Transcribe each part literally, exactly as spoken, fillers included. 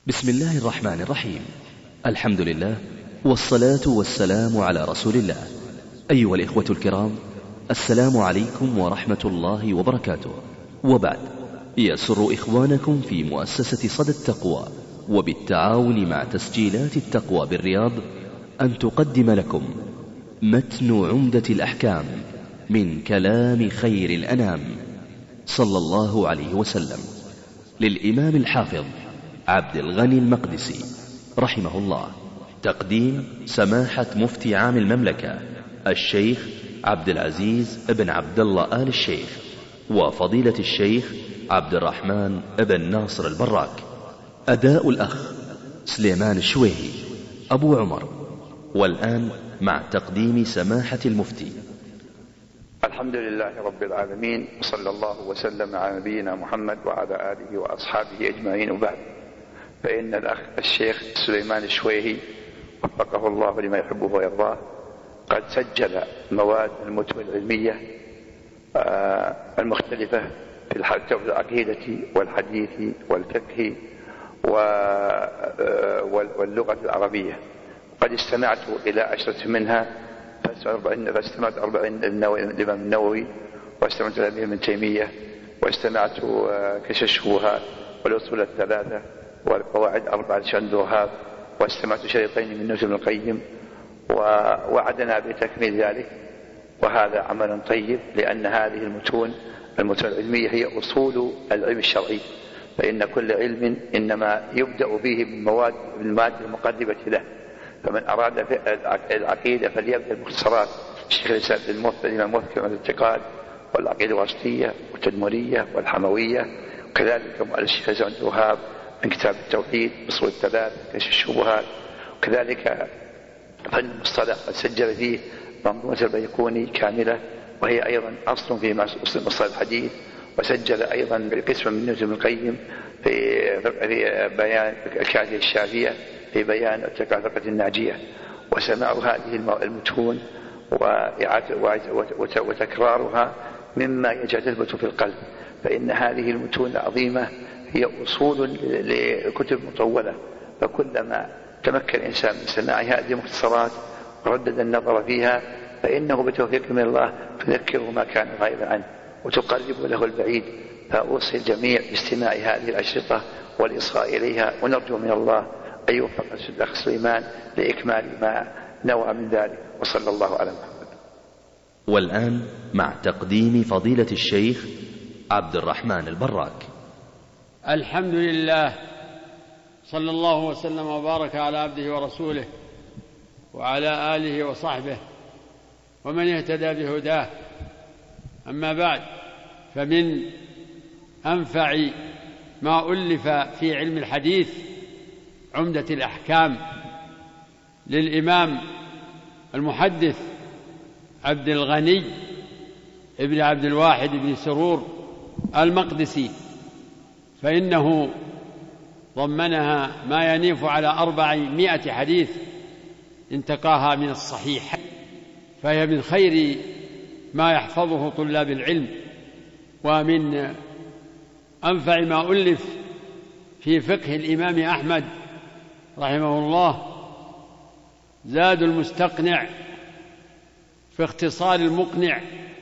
بسم الله الرحمن الرحيم. الحمد لله والصلاة والسلام على رسول الله. أيها الإخوة الكرام، السلام عليكم ورحمة الله وبركاته. وبعد، يسر إخوانكم في مؤسسة صدى التقوى وبالتعاون مع تسجيلات التقوى بالرياض أن تقدم لكم متن عمدة الأحكام من كلام خير الأنام صلى الله عليه وسلم للإمام الحافظ عبد الغني المقدسي رحمه الله. تقديم سماحة مفتي عام المملكة الشيخ عبد العزيز بن عبد الله آل الشيخ، وفضيلة الشيخ عبد الرحمن بن ناصر البراك. أداء الأخ سليمان الشويهي أبو عمر. والآن مع تقديم سماحة المفتي. الحمد لله رب العالمين، وصلى الله وسلم على نبينا محمد وعلى آله وأصحابه أجمعين. وبعد، فإن الأخ الشيخ سليمان الشويهي وفقه الله لما يحبه ويرضاه قد سجل مواد المتون العلمية المختلفة في العقيدة والحديث والفقه واللغة العربية. قد استمعت إلى عشرة منها، فاستمعت أربعين للإمام النووي، واستمعت إلى ابن تيمية، واستمعت كشف الشبهات والأصول الثلاثة والقواعد أربعة لشأن الوهاب، واستمعت شريطين من ابن القيم، ووعدنا بتكميل ذلك. وهذا عمل طيب، لأن هذه المتون المتون العلمية هي أصول العلم الشرعي، فإن كل علم إنما يبدأ به بالمواد بالمادة المقربة له. فمن أراد العقيدة فليبدأ بمختصرات الشيخ الإسلام الإمام موفق من الاعتقاد والعقيدة الواسطية والتدمرية والحموية، وكذلك الشيخ الإسلام الوهاب من كتاب التوحيد أصول الثلاث كشف الشبهات، وكذلك فن المصطلح قد سجل فيه منظومة البيقوني كاملة، وهي أيضا أصل في مصطلح الحديث. وسجل أيضا قسما من ابن القيم في بيان الكافية الشافية في بيان الفقه الناجية. وسماع هذه المتون وتكرارها مما يجذب في القلب، فإن هذه المتون العظيمة هي أصول لكتب مطولة، فكلما تمكن الإنسان من سماع هذه المختصرات وردد النظر فيها فإنه بتوفيق من الله تذكره ما كان غائبا عنه وتقرب له البعيد. فأوصي الجميع باستماع هذه الأشرطة والإصغاء إليها، ونرجو من الله أن يوفق الأخ سليمان لإكمال ما نوى من ذلك، وصلى الله على محمد. والآن مع تقديم فضيلة الشيخ عبد الرحمن البراك. الحمد لله، صلى الله وسلم وبارك على عبده ورسوله وعلى آله وصحبه ومن اهتدى بهداه. أما بعد، فمن أنفع ما ألف في علم الحديث عمدة الأحكام للإمام المحدث عبد الغني ابن عبد الواحد بن سرور المقدسي، فإنه ضمنها ما ينيف على أربعمائة حديث انتقاها من الصحيح، فهي من خير ما يحفظه طلاب العلم. ومن أنفع ما ألف في فقه الإمام أحمد رحمه الله زاد المستقنع في اختصار المقنع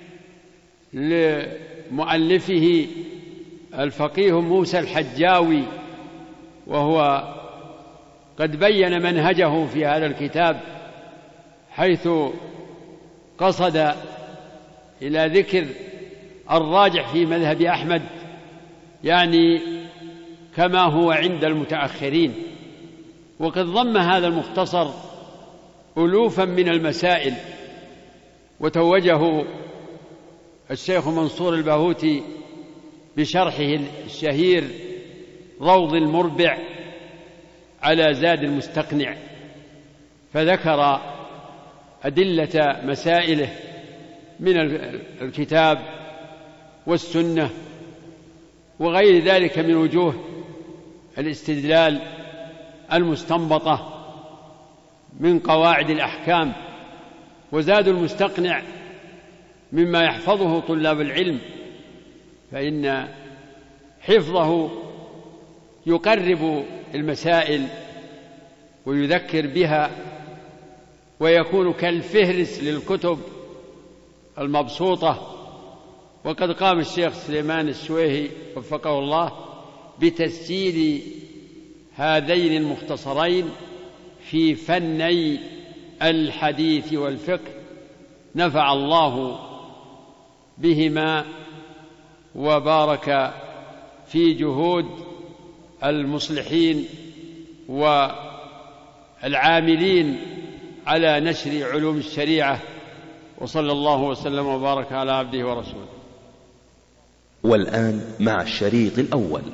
لمؤلفه الفقيه موسى الحجاوي، وهو قد بين منهجه في هذا الكتاب، حيث قصد إلى ذكر الراجح في مذهب أحمد، يعني كما هو عند المتأخرين. وقد ضم هذا المختصر ألوفا من المسائل، وتوجه الشيخ منصور الباهوتي بشرحه الشهير روض المربع على زاد المستقنع، فذكر أدلة مسائله من الكتاب والسنة وغير ذلك من وجوه الاستدلال المستنبطة من قواعد الأحكام. وزاد المستقنع مما يحفظه طلاب العلم، فإن حفظه يقرب المسائل ويذكر بها، ويكون كالفهرس للكتب المبسوطة. وقد قام الشيخ سليمان السويهي وفقه الله بتسجيل هذين المختصرين في فني الحديث والفقه، نفع الله بهما وبارك في جهود المصلحين والعاملين على نشر علوم الشريعة. وصلى الله وسلم وبارك على عبده ورسوله. والآن مع الشريط الأول.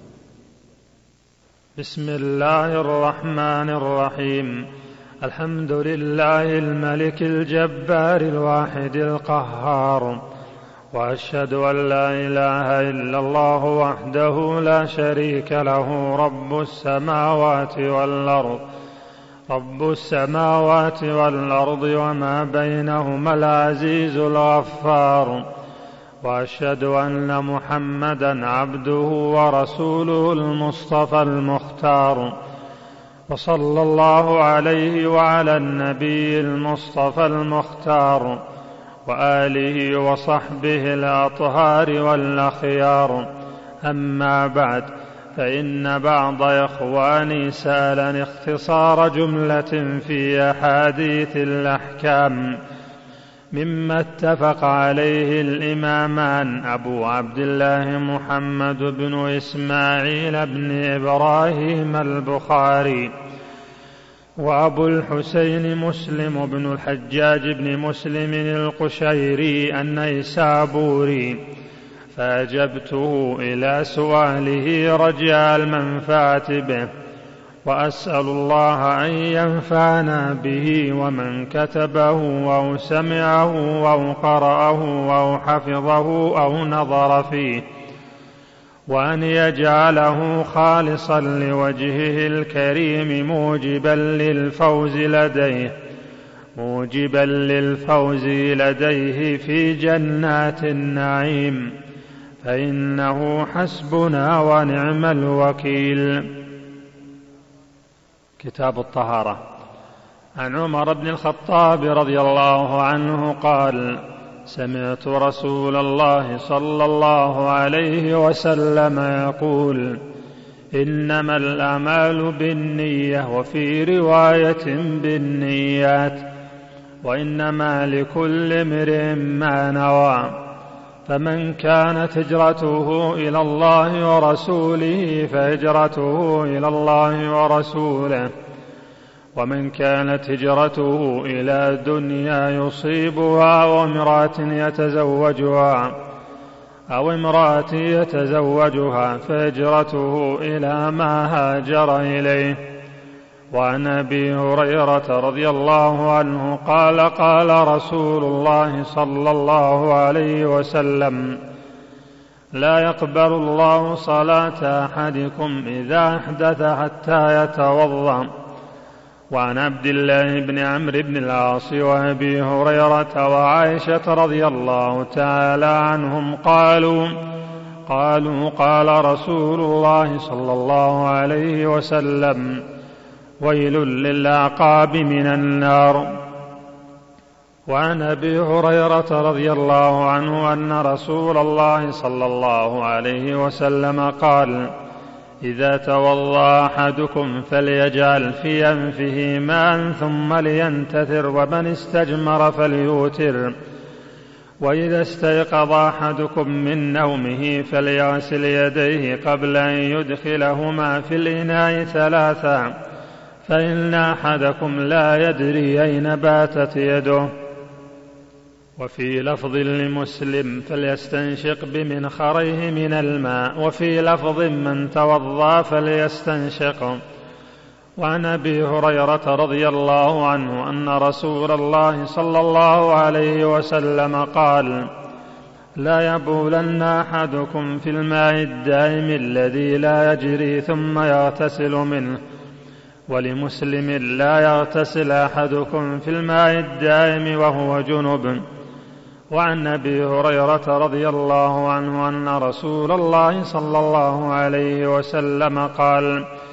بسم الله الرحمن الرحيم. الحمد لله الملك الجبار الواحد القهار، وأشهد أن لا إله إلا الله وحده لا شريك له، رب السماوات والأرض رب السماوات والأرض وما بينهما العزيز الغفار. وأشهد أن محمدا عبده ورسوله المصطفى المختار، وصلى الله عليه وعلى النبي المصطفى المختار وآله وصحبه الأطهار والأخيار. أما بعد، فإن بعض إخواني سألني اختصار جملة في أحاديث الأحكام مما اتفق عليه الإمامان أبو عبد الله محمد بن إسماعيل بن إبراهيم البخاري وأبو الحسين مسلم بن الحجاج بن مسلم القشيري النيسابوري، فأجبته إلى سؤاله رجاء المنفعة به، وأسأل الله أن ينفعنا به ومن كتبه أو سمعه أو قرأه أو حفظه أو نظر فيه، وأن يجعله خالصا لوجهه الكريم موجبا للفوز لديه موجبا للفوز لديه في جنات النعيم، فإنه حسبنا ونعم الوكيل. كتاب الطهارة. عن عمر بن الخطاب رضي الله عنه قال: سمعت رسول الله صلى الله عليه وسلم يقول: إنما الأعمال بالنية، وفي رواية بالنيات، وإنما لكل امرئ ما نوى، فمن كانت هجرته إلى الله ورسوله فهجرته إلى الله ورسوله، ومن كانت هجرته إلى دنيا يصيبها أو امرأة يتزوجها أو امرأة يتزوجها فهجرته إلى ما هاجر إليه. وعن أبي هريرة رضي الله عنه قال: قال رسول الله صلى الله عليه وسلم: لا يقبل الله صلاة أحدكم إذا أحدث حتى يتوضأ. وعن عبد الله بن عمرو بن العاص وأبي هريرة وعائشة رضي الله تعالى عنهم قالوا قالوا قال رسول الله صلى الله عليه وسلم: ويل للأعقاب من النار. وعن أبي هريرة رضي الله عنه أن رسول الله صلى الله عليه وسلم قال: إذا توضأ أحدكم فليجعل في أنفه ماء ثم لينتثر، ومن استجمر فليوتر، وإذا استيقظ أحدكم من نومه فليغسل يديه قبل أن يدخلهما في الإناء ثلاثا، فإن أحدكم لا يدري أين باتت يده. وفي لفظ لمسلم: فليستنشق بمنخريه من الماء. وفي لفظ: من توضأ فليستنشق. وعن أبي هريرة رضي الله عنه أن رسول الله صلى الله عليه وسلم قال: لا يبولن أحدكم في الماء الدائم الذي لا يجري ثم يغتسل منه. ولمسلم: لا يغتسل أحدكم في الماء الدائم وهو جنب. وعن أبي هريرة رضي الله عنه أن رسول الله صلى الله عليه وسلم قال: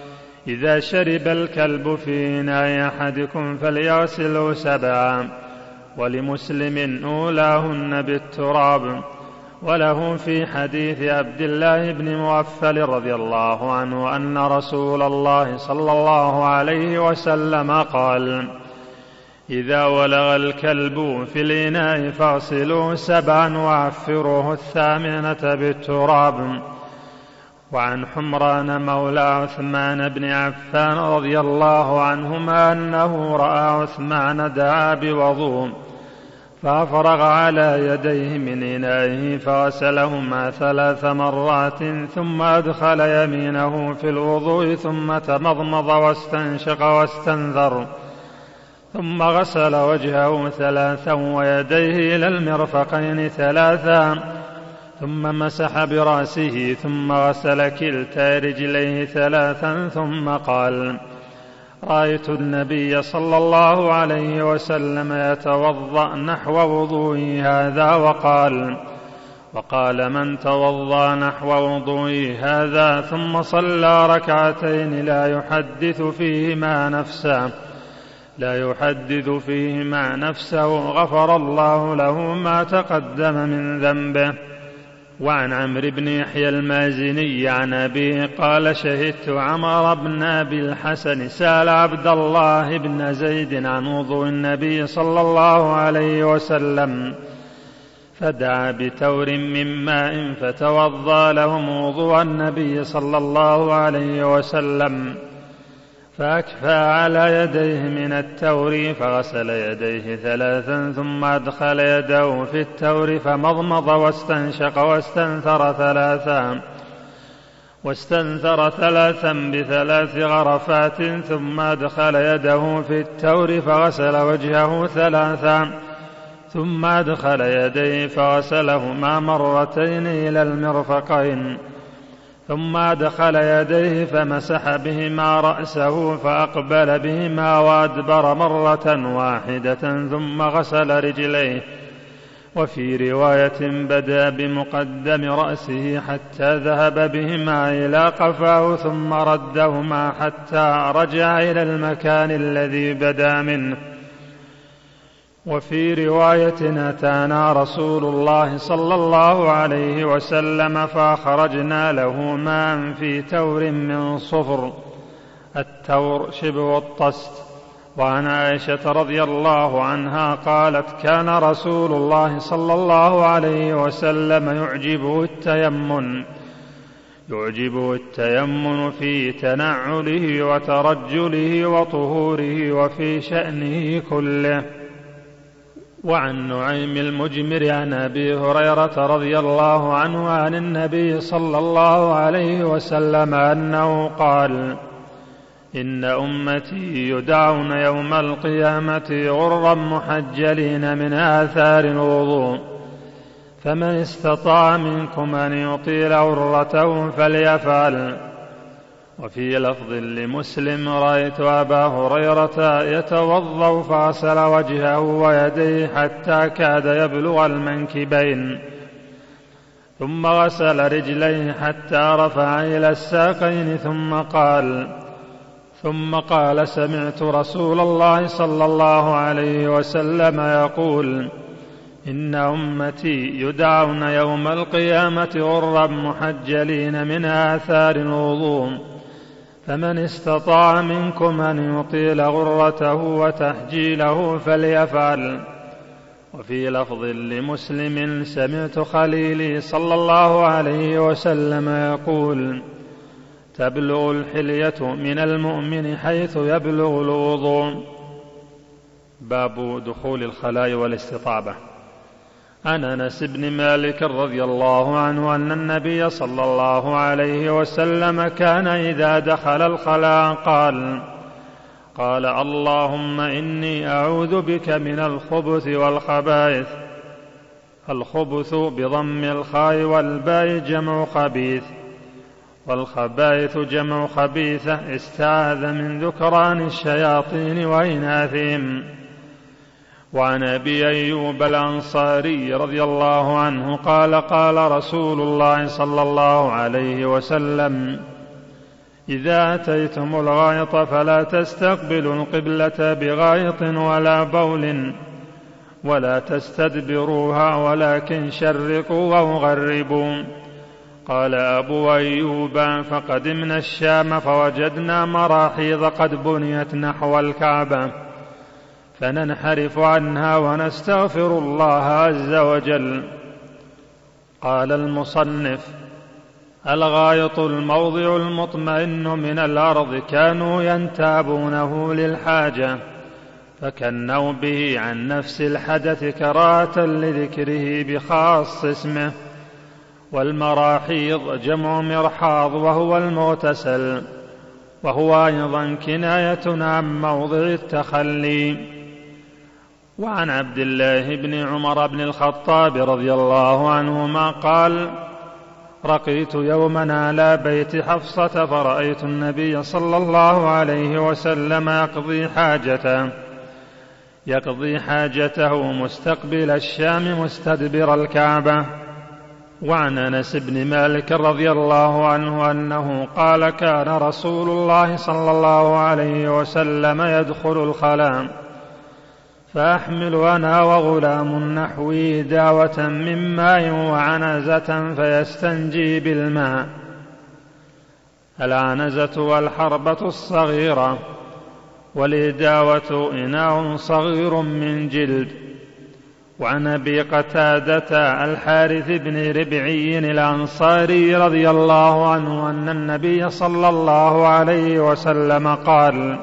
إذا شرب الكلب في إناء أحدكم فليغسله سبعا. ولمسلم أولاهن بالتراب. وله في حديث عبد الله بن مغفل رضي الله عنه أن رسول الله صلى الله عليه وسلم قال: إذا ولغ الكلب في الإناء فاغسلوه سبعا وعفروه الثامنة بالتراب. وعن حمران مولى عثمان بن عفان رضي الله عنهما أنه رأى عثمان دعا بوضوء فأفرغ على يديه من إنائه فغسلهما ثلاث مرات ثم أدخل يمينه في الوضوء ثم تمضمض واستنشق واستنثر ثم غسل وجهه ثلاثا ويديه إلى المرفقين ثلاثا ثم مسح برأسه ثم غسل كلتا رجليه ثلاثا ثم قال: رأيت النبي صلى الله عليه وسلم يتوضأ نحو وضوئي هذا وقال وقال من توضأ نحو وضوئي هذا ثم صلى ركعتين لا يحدث فيهما نفسه لا يحدث فيهما نفسه غفر الله له ما تقدم من ذنبه. وعن عمرو بن يحيى المازني عن أبيه قال: شهدت عمر بن أبي الحسن سأل عبد الله بن زيد عن وضوء النبي صلى الله عليه وسلم فدعا بتور من ماء فتوضأ لهم وضوء النبي صلى الله عليه وسلم فأكفى على يديه من التور فغسل يديه ثلاثا ثم أدخل يده في التور فمضمض واستنشق واستنثر ثلاثا واستنثر ثلاثا بثلاث غرفات ثم أدخل يده في التور فغسل وجهه ثلاثا ثم أدخل يديه فغسلهما مرتين إلى المرفقين ثم أدخل يديه فمسح بهما رأسه فأقبل بهما وأدبر مرة واحدة ثم غسل رجليه. وفي رواية بدأ بمقدم رأسه حتى ذهب بهما إلى قفاه ثم ردهما حتى رجع إلى المكان الذي بدأ منه. وفي رواية أتانا رسول الله صلى الله عليه وسلم فأخرجنا له ماء في تور من صفر. التور شبه الطست. وعن عائشة رضي الله عنها قالت: كان رسول الله صلى الله عليه وسلم يعجبه التيمن يعجبه التيمن في تنعله وترجله وطهوره وفي شأنه كله. وعن نعيم المجمر عن أبي هريرة رضي الله عنه عن النبي صلى الله عليه وسلم أنه قال: إن أمتي يدعون يوم القيامة غرا محجلين من آثار الوضوء فمن استطاع منكم أن يطيل غرته فليفعل. وفي لفظ لمسلم: رأيت أبا هريرة يتوضأ فغسل وجهه ويديه حتى كاد يبلغ المنكبين ثم غسل رجليه حتى رفع إلى الساقين ثم قال ثم قال سمعت رسول الله صلى الله عليه وسلم يقول: إن أمتي يدعون يوم القيامة غرا محجلين من آثار الوضوء فمن استطاع منكم أن يطيل غرته وتحجيله فليفعل. وفي لفظ لمسلم: سمعت خليلي صلى الله عليه وسلم يقول: تبلغ الحلية من المؤمن حيث يبلغ الوضوء. باب دخول الخلاء والاستطابة. عن أنس بن مالك رضي الله عنه أن النبي صلى الله عليه وسلم كان إذا دخل الخلاء قال قال اللهم إني أعوذ بك من الخبث والخبائث. الخبث بضم الخاء والباء جمع خبيث، والخبائث جمع خبيثة، استعاذ من ذكران الشياطين وإناثهم. وعن أبي أيوب الأنصاري رضي الله عنه قال قال رسول الله صلى الله عليه وسلم: إذا أتيتم الغائط فلا تستقبلوا القبلة بغائط ولا بول ولا تستدبروها ولكن شرقوا أو غربوا. قال أبو أيوب: فقدمنا الشام فوجدنا مراحيض قد بنيت نحو الكعبة فننحرف عنها ونستغفر الله عز وجل. قال المصنف: الغائط الموضع المطمئن من الأرض كانوا ينتابونه للحاجة فكنوا به عن نفس الحدث كراهة لذكره بخاص اسمه. والمراحيض جمع مرحاض وهو المغتسل، وهو أيضا كناية عن موضع التخلي. وعن عبد الله بن عمر بن الخطاب رضي الله عنهما قال: رقيت يوما على بيت حفصة فرأيت النبي صلى الله عليه وسلم يقضي حاجته يقضي حاجته مستقبل الشام مستدبر الكعبة. وعن أنس بن مالك رضي الله عنه أنه قال: كان رسول الله صلى الله عليه وسلم يدخل الخلاء فأحمل أنا وغلام نحوي داوة من ماء وعنزة فيستنجي بالماء. العنزة والحربة الصغيرة، والإداوة إناء صغير من جلد. وعن أبي قتادة الحارث بن ربعي الأنصاري رضي الله عنه أن النبي صلى الله عليه وسلم قال: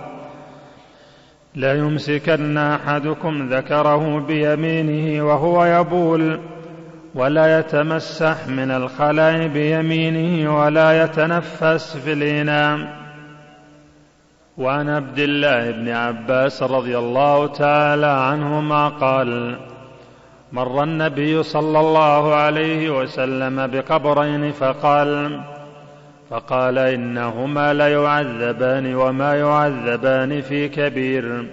لا يمسكن أحدكم ذكره بيمينه وهو يبول، ولا يتمسح من الخلاء بيمينه، ولا يتنفس في الإناء. وعن عبد الله بن عباس رضي الله تعالى عنهما قال: مر النبي صلى الله عليه وسلم بقبرين فقال فقال إنهما ليعذبان وما يعذبان في كبير.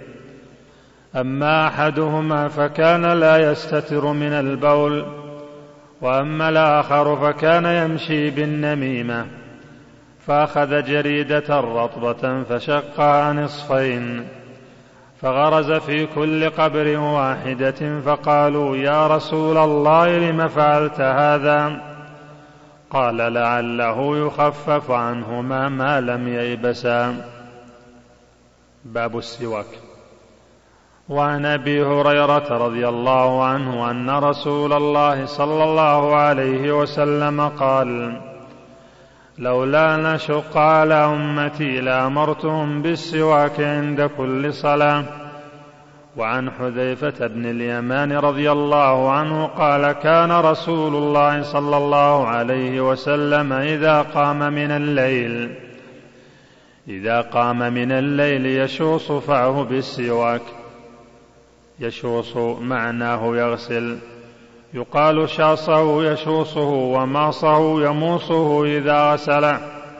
أما أحدهما فكان لا يستتر من البول، وأما الآخر فكان يمشي بالنميمة، فأخذ جريدة رطبة فشقها نصفين فغرز في كل قبر واحدة، فقالوا: يا رسول الله لم فعلت هذا؟ قال: لعله يخفف عنهما ما لم ييبسا. باب السواك. وعن أبي هريرة رضي الله عنه أن رسول الله صلى الله عليه وسلم قال: لولا نشق على أمتي لأمرتهم بالسواك عند كل صلاة. وعن حذيفة بن اليمان رضي الله عنه قال: كان رسول الله صلى الله عليه وسلم إذا قام من الليل إذا قام من الليل يشوص فاه بالسواك. يشوص معناه يغسل، يقال شاصه يشوصه، وماصه يموصه إذا غسل.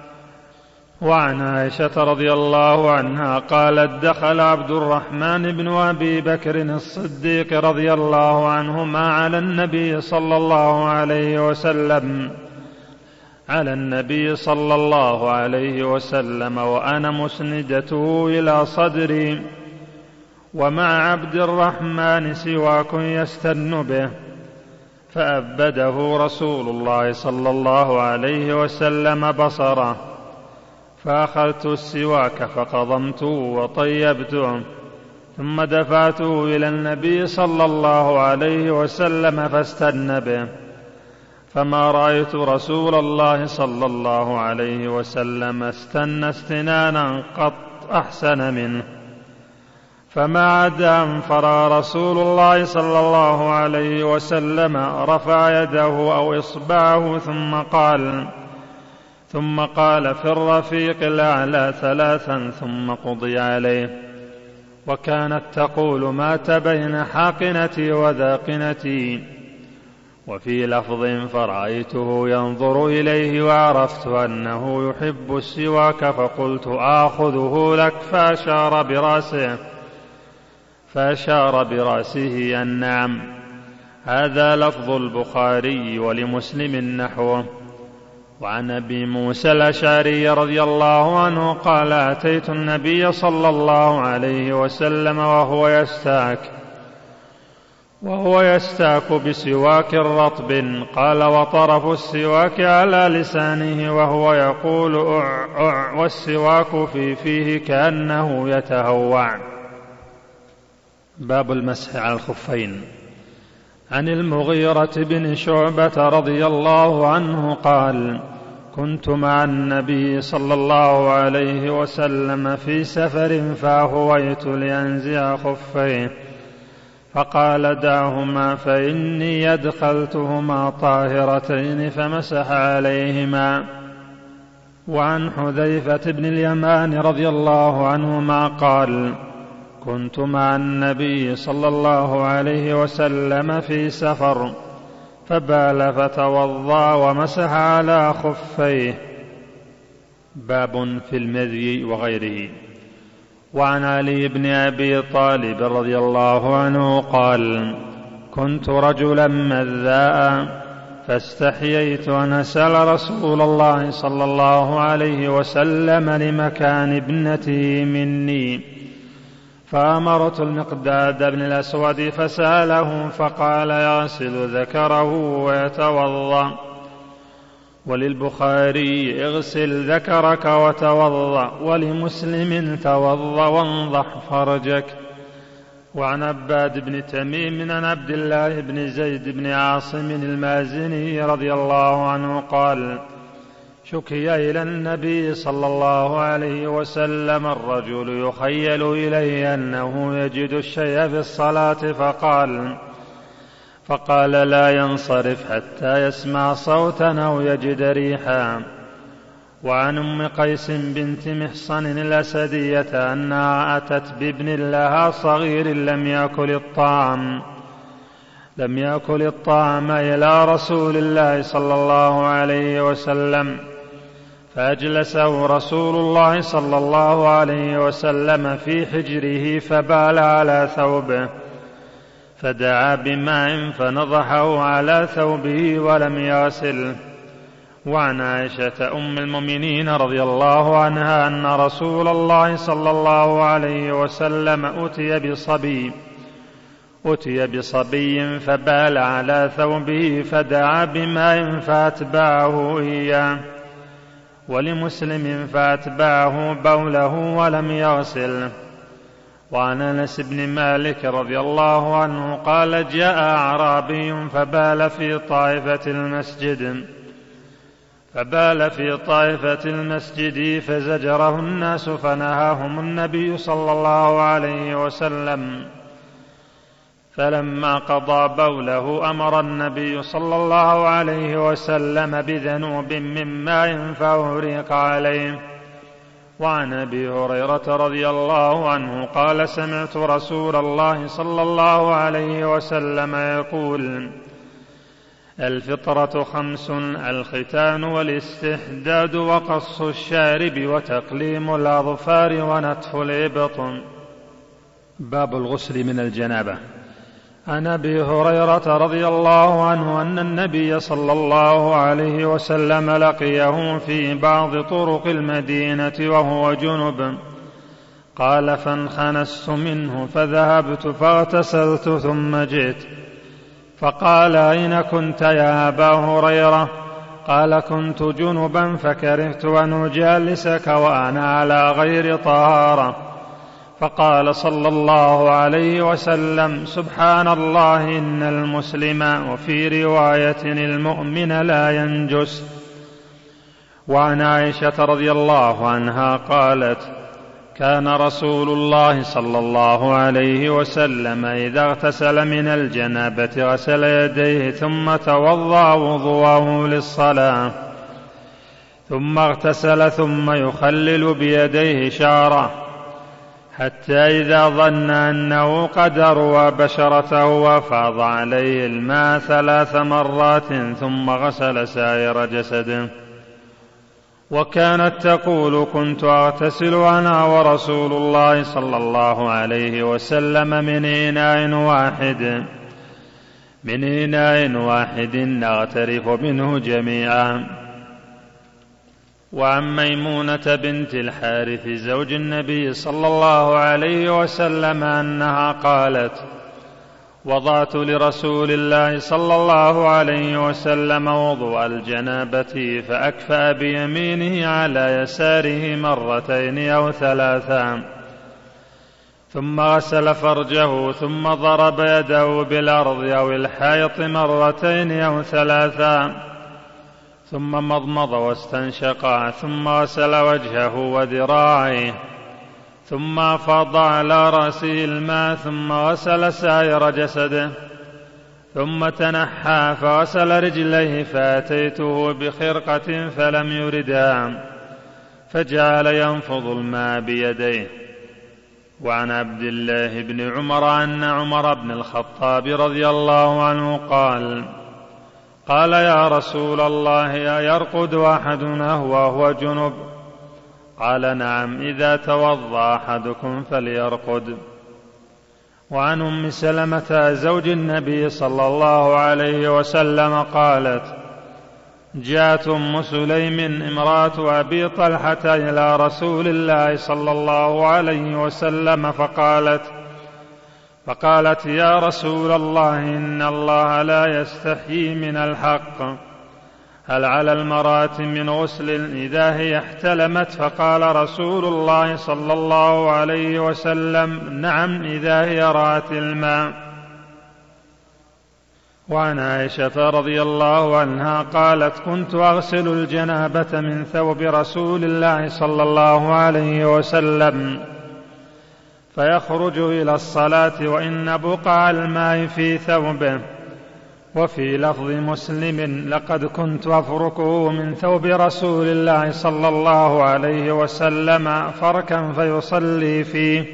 وعن عائشة رضي الله عنها قالت: دخل عبد الرحمن بن أبي بكر الصديق رضي الله عنهما على النبي صلى الله عليه وسلم على النبي صلى الله عليه وسلم وأنا مسندته إلى صدري، ومع عبد الرحمن سواك يستن به، فأبده رسول الله صلى الله عليه وسلم بصره، فأخذت السواك فقضمته وطيبته، ثم دفعته إلى النبي صلى الله عليه وسلم فاستن به، فما رأيت رسول الله صلى الله عليه وسلم استن استنانا قط أحسن منه. فما عدا أن فرغ رسول الله صلى الله عليه وسلم رفع يده أو إصبعه ثم قال ثم قال في الرفيق الأعلى ثلاثا ثم قضي عليه. وكانت تقول: مات بين حاقنتي وذاقنتي. وفي لفظ: فرأيته ينظر إليه وعرفت أنه يحب السواك، فقلت: آخذه لك؟ فأشار برأسه فأشار برأسه أن نعم. هذا لفظ البخاري، ولمسلم نحوه. وعن أبي موسى الأشعري رضي الله عنه قال أتيت النبي صلى الله عليه وسلم وهو يستاك وهو يستاك بسواك رطب قال وطرف السواك على لسانه وهو يقول أع أع والسواك في فيه كأنه يتهوع. باب المسح على الخفين. عن المغيرة بن شعبة رضي الله عنه قال كنت مع النبي صلى الله عليه وسلم في سفر فأهويت لأنزع خفيه فقال دعهما فإني أدخلتهما طاهرتين فمسح عليهما. وعن حذيفة بن اليمان رضي الله عنهما قال كنت مع النبي صلى الله عليه وسلم في سفر فبال فتوضأ ومسح على خفيه. باب في المذي وغيره. وعن علي بن أبي طالب رضي الله عنه قال كنت رجلا مذاء فاستحييت أن أسأل رسول الله صلى الله عليه وسلم لمكان ابنته مني فأمرت المقداد بن الأسود فسأله فقال يغسل ذكره ويتوضأ. وللبخاري اغسل ذكرك وتوضأ ولمسلم توضأ وانضح فرجك. وعن عباد بن تميم عن عبد الله بن زيد بن عاصم المازني رضي الله عنه قال شكي إلى النبي صلى الله عليه وسلم الرجل يخيل إليه أنه يجد الشيء في الصلاة فقال فقال لا ينصرف حتى يسمع صوتا أو يجد ريحا. وعن أم قيس بنت محصن الأسدية أنها أتت بابن لها صغير لم يأكل الطعام لم يأكل الطعام إلى رسول الله صلى الله عليه وسلم فأجلسه رسول الله صلى الله عليه وسلم في حجره فبال على ثوبه فدعا بماء فنضحه على ثوبه ولم يغسله. وعن عائشة أم المؤمنين رضي الله عنها أن رسول الله صلى الله عليه وسلم أتي بصبي أتي بصبي فبال على ثوبه فدعا بماء فأتبعه إياه. ولمسلم فأتبعه بوله ولم يغسله. وعن أنس بن مالك رضي الله عنه قال جاء أعرابي فبال في طائفة المسجد فبال في طائفة المسجد فزجره الناس فنهاهم النبي صلى الله عليه وسلم فلما قضى بوله أمر النبي صلى الله عليه وسلم بذنوب من ماء فأهريق عليه. وعن أبي هريرة رضي الله عنه قال سمعت رسول الله صلى الله عليه وسلم يقول الفطرة خمس الختان والاستحداد وقص الشارب وتقليم الأظفار ونتف الإبط. باب الغسل من الجنابة. عن أبي هريرة رضي الله عنه أن النبي صلى الله عليه وسلم لقيه في بعض طرق المدينة وهو جنب قال فانخنست منه فذهبت فاغتسلت ثم جئت فقال أين كنت يا أبا هريرة؟ قال كنت جنبا فكرهت أن أجالسك وأنا على غير طهارة. فقال صلى الله عليه وسلم سبحان الله إن المسلم وفي رواية المؤمن لا ينجس. وعن عائشة رضي الله عنها قالت كان رسول الله صلى الله عليه وسلم إذا اغتسل من الجنابة غسل يديه ثم توضأ وضوءه للصلاة ثم اغتسل ثم يخلل بيديه شعره حتى إذا ظن أنه قد أروى بشرته وأفاض عليه الماء ثلاث مرات ثم غسل سائر جسده. وكانت تقول كنت أغتسل أنا ورسول الله صلى الله عليه وسلم من إناء واحد من إناء واحد نغترف منه جميعا. وعن ميمونة بنت الحارث زوج النبي صلى الله عليه وسلم أنها قالت: وضعت لرسول الله صلى الله عليه وسلم وضوء الجنابة فأكفأ بيمينه على يساره مرتين أو ثلاثا، ثم غسل فرجه، ثم ضرب يده بالأرض أو الحائط مرتين أو ثلاثا، ثم مضمض واستنشق، ثم غسل وجهه وذراعيه، ثم أفاض على رأسه الماء، ثم غسل سائر جسده، ثم تنحى فغسل رجليه، فأتيته بخرقة فلم يردها، فجعل ينفض الماء بيديه. وعن عبد الله بن عمر أن عمر بن الخطاب رضي الله عنه قال: قال يا رسول الله: أيرقد أحدنا وهو جنب؟ قال: نعم، إذا توضأ أحدكم فليرقد. وعن أم سلمة زوج النبي صلى الله عليه وسلم قالت: جاءت أم سليم امرأة أبي طلحة إلى رسول الله صلى الله عليه وسلم فقالت فقالت يا رسول الله، إن الله لا يستحيي من الحق، هل على المرأة من غسل إذا هي احتلمت؟ فقال رسول الله صلى الله عليه وسلم: نعم، إذا هي رأت الماء. وعن عائشة رضي الله عنها قالت: كنت أغسل الجنابة من ثوب رسول الله صلى الله عليه وسلم فيخرج إلى الصلاة وإن بقع الماء في ثوبه. وفي لفظ مسلم: لقد كنت أفركه من ثوب رسول الله صلى الله عليه وسلم فركا فيصلي فيه.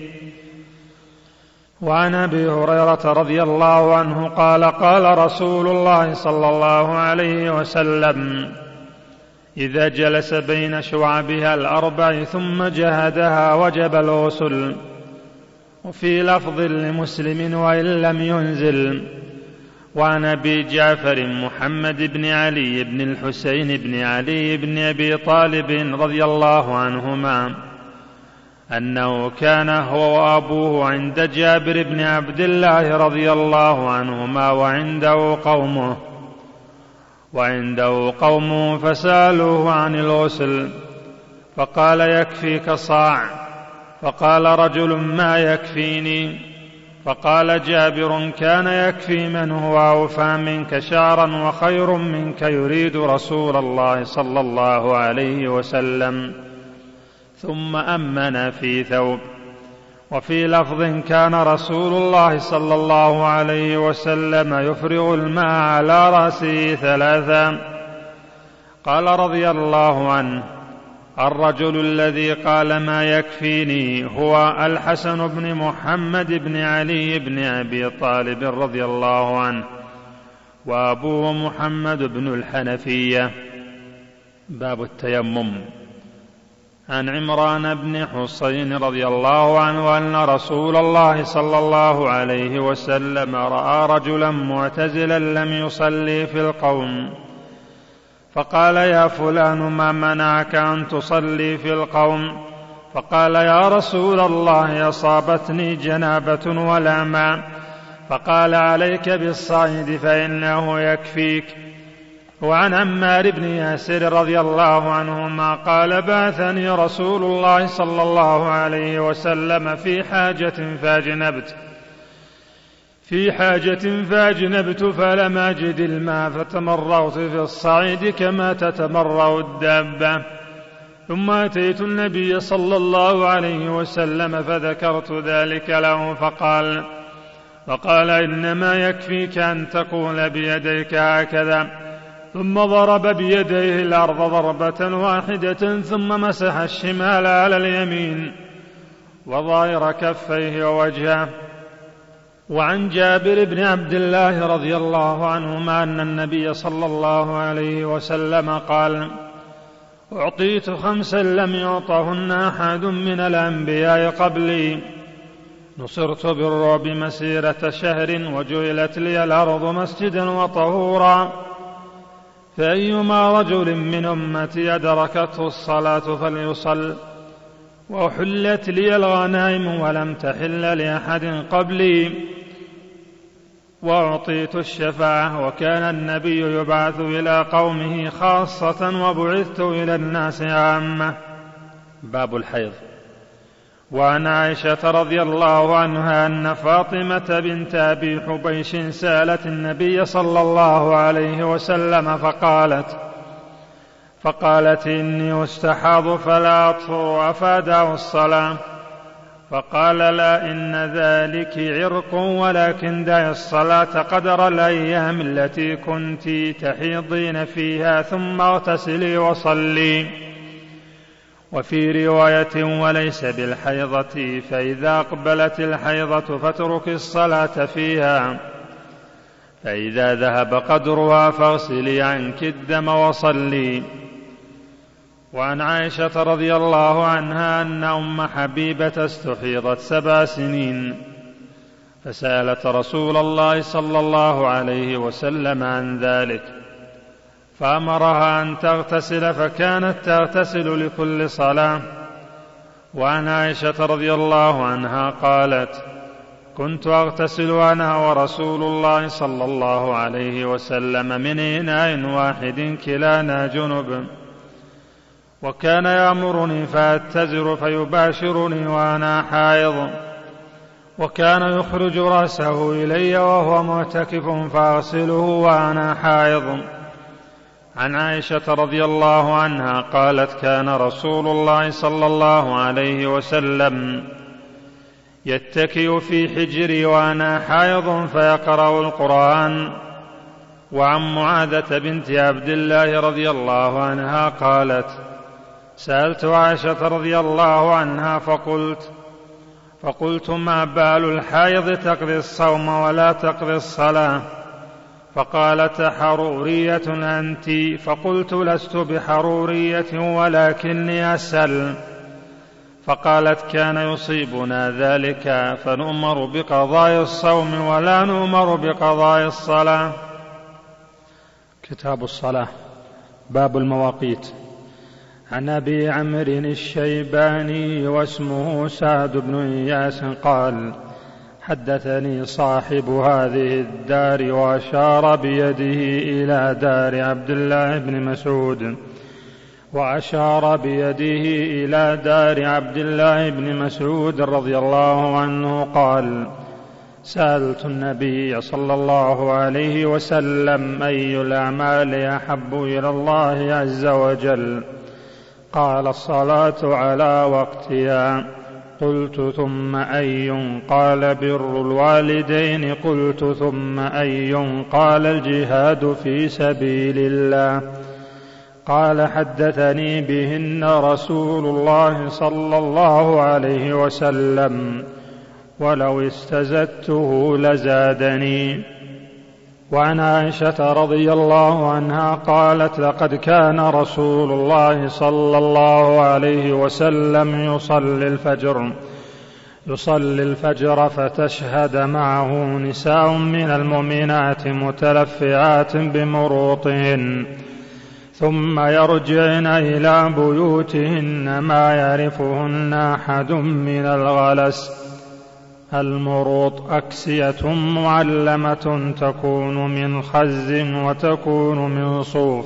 وعن أبي هريرة رضي الله عنه قال: قال رسول الله صلى الله عليه وسلم: إذا جلس بين شعبها الأربع ثم جهدها وجب الغسل. وفي لفظ لمسلم: وإن لم ينزل. وعن أبي جعفر محمد بن علي بن الحسين بن علي بن أبي طالب رضي الله عنهما أنه كان هو وأبوه عند جابر بن عبد الله رضي الله عنهما وعنده قومه وعنده قومه فسألوه عن الغسل فقال: يكفيك صاع. فقال رجل: ما يكفيني؟ فقال جابر: كان يكفي من هو أوفى منك شعرا وخير منك يريد رسول الله صلى الله عليه وسلم. ثم أمن في ثوب. وفي لفظ: كان رسول الله صلى الله عليه وسلم يفرغ الماء على رأسه ثلاثا. قال رضي الله عنه: الرجل الذي قال ما يكفيني هو الحسن بن محمد بن علي بن أبي طالب رضي الله عنه، وأبوه محمد بن الحنفية. باب التيمم. عن عمران بن حصين رضي الله عنه أن رسول الله صلى الله عليه وسلم رأى رجلا معتزلا لم يصلي في القوم فقال: يا فلان، ما منعك أن تصلي في القوم؟ فقال: يا رسول الله، أصابتني جنابة ولا ماء. فقال: عليك بالصعيد فإنه يكفيك. وعن عمار بن ياسر رضي الله عنهما قال: بعثني رسول الله صلى الله عليه وسلم في حاجة فأجنبت في حاجة فأجنبت فلم أجد الماء فتمرغت في الصعيد كما تتمرغ الدابة، ثم أتيت النبي صلى الله عليه وسلم فذكرت ذلك له فقال فقال إنما يكفيك أن تقول بيديك هكذا، ثم ضرب بيديه الأرض ضربة واحدة ثم مسح الشمال على اليمين وظاهر كفيه ووجهه. وعن جابر بن عبد الله رضي الله عنهما أن النبي صلى الله عليه وسلم قال: أعطيت خمسا لم يعطهن أحد من الأنبياء قبلي، نصرت بالرعب مسيرة شهر وجعلت لي الأرض مسجدا وطهورا، فأيما رجل من أمتي أدركته الصلاة فليصل. وأحلت لي الغنائم ولم تحل لأحد قبلي، وأعطيت الشفاعة، وكان النبي يبعث إلى قومه خاصة وبعثت إلى الناس عامة. باب الحيض. وعن عائشة رضي الله عنها أن فاطمة بنت أبي حبيش سألت النبي صلى الله عليه وسلم فقالت فقالت إني أستحاض فلا أطهر أفادع الصلاة؟ فقال لا، إن ذلك عرق، ولكن دعي الصلاة قدر الأيام التي كنت تحيضين فيها ثم اغتسلي وصلي. وفي رواية وليس بالحيضة، فإذا أقبلت الحيضة فاترك الصلاة فيها، فإذا ذهب قدرها فاغسلي عنك الدم وصلي. وعن عائشة رضي الله عنها أن أم حبيبة استحيضت سبع سنين، فسألت رسول الله صلى الله عليه وسلم عن ذلك، فأمرها أن تغتسل، فكانت تغتسل لكل صلاة. وعن عائشة رضي الله عنها قالت: كنت أغتسل أنا ورسول الله صلى الله عليه وسلم من إناء واحد كلانا جنب، وكان يأمرني فأتزر فيباشرني وأنا حائض، وكان يخرج رأسه إلي وهو معتكف فأغسله وأنا حائض. عن عائشة رضي الله عنها قالت: كان رسول الله صلى الله عليه وسلم يتكئ في حجري وأنا حائض فيقرأ القرآن. وعن معاذة بنت عبد الله رضي الله عنها قالت: سألت عائشة رضي الله عنها فقلت فقلت ما بال الحائض تقضي الصوم ولا تقضي الصلاة؟ فقالت: حرورية أنت؟ فقلت: لست بحرورية ولكني أسأل. فقالت: كان يصيبنا ذلك فنؤمر بقضاء الصوم ولا نؤمر بقضاء الصلاة. كتاب الصلاة. باب المواقيت. عن أبي عمرو الشيباني واسمه سعد بن إياس قال: حدثني صاحب هذه الدار، وأشار بيده إلى دار عبد الله بن مسعود وأشار بيده إلى دار عبد الله بن مسعود رضي الله عنه قال: سألت النبي صلى الله عليه وسلم: أي الأعمال أحب إلى الله عز وجل؟ قال: الصلاة على وقتها. قلت: ثم أي؟ قال: بر الوالدين. قلت: ثم أي؟ قال: الجهاد في سبيل الله. قال: حدثني بهن رسول الله صلى الله عليه وسلم، ولو استزدته لزادني. وعن عائشة رضي الله عنها قالت: لقد كان رسول الله صلى الله عليه وسلم يصلي الفجر يصلي الفجر فتشهد معه نساء من المؤمنات متلفعات بمروطهن، ثم يرجعن إلى بيوتهن ما يعرفهن أحد من الغلس. المروط أكسية معلمة تكون من خز وتكون من صوف،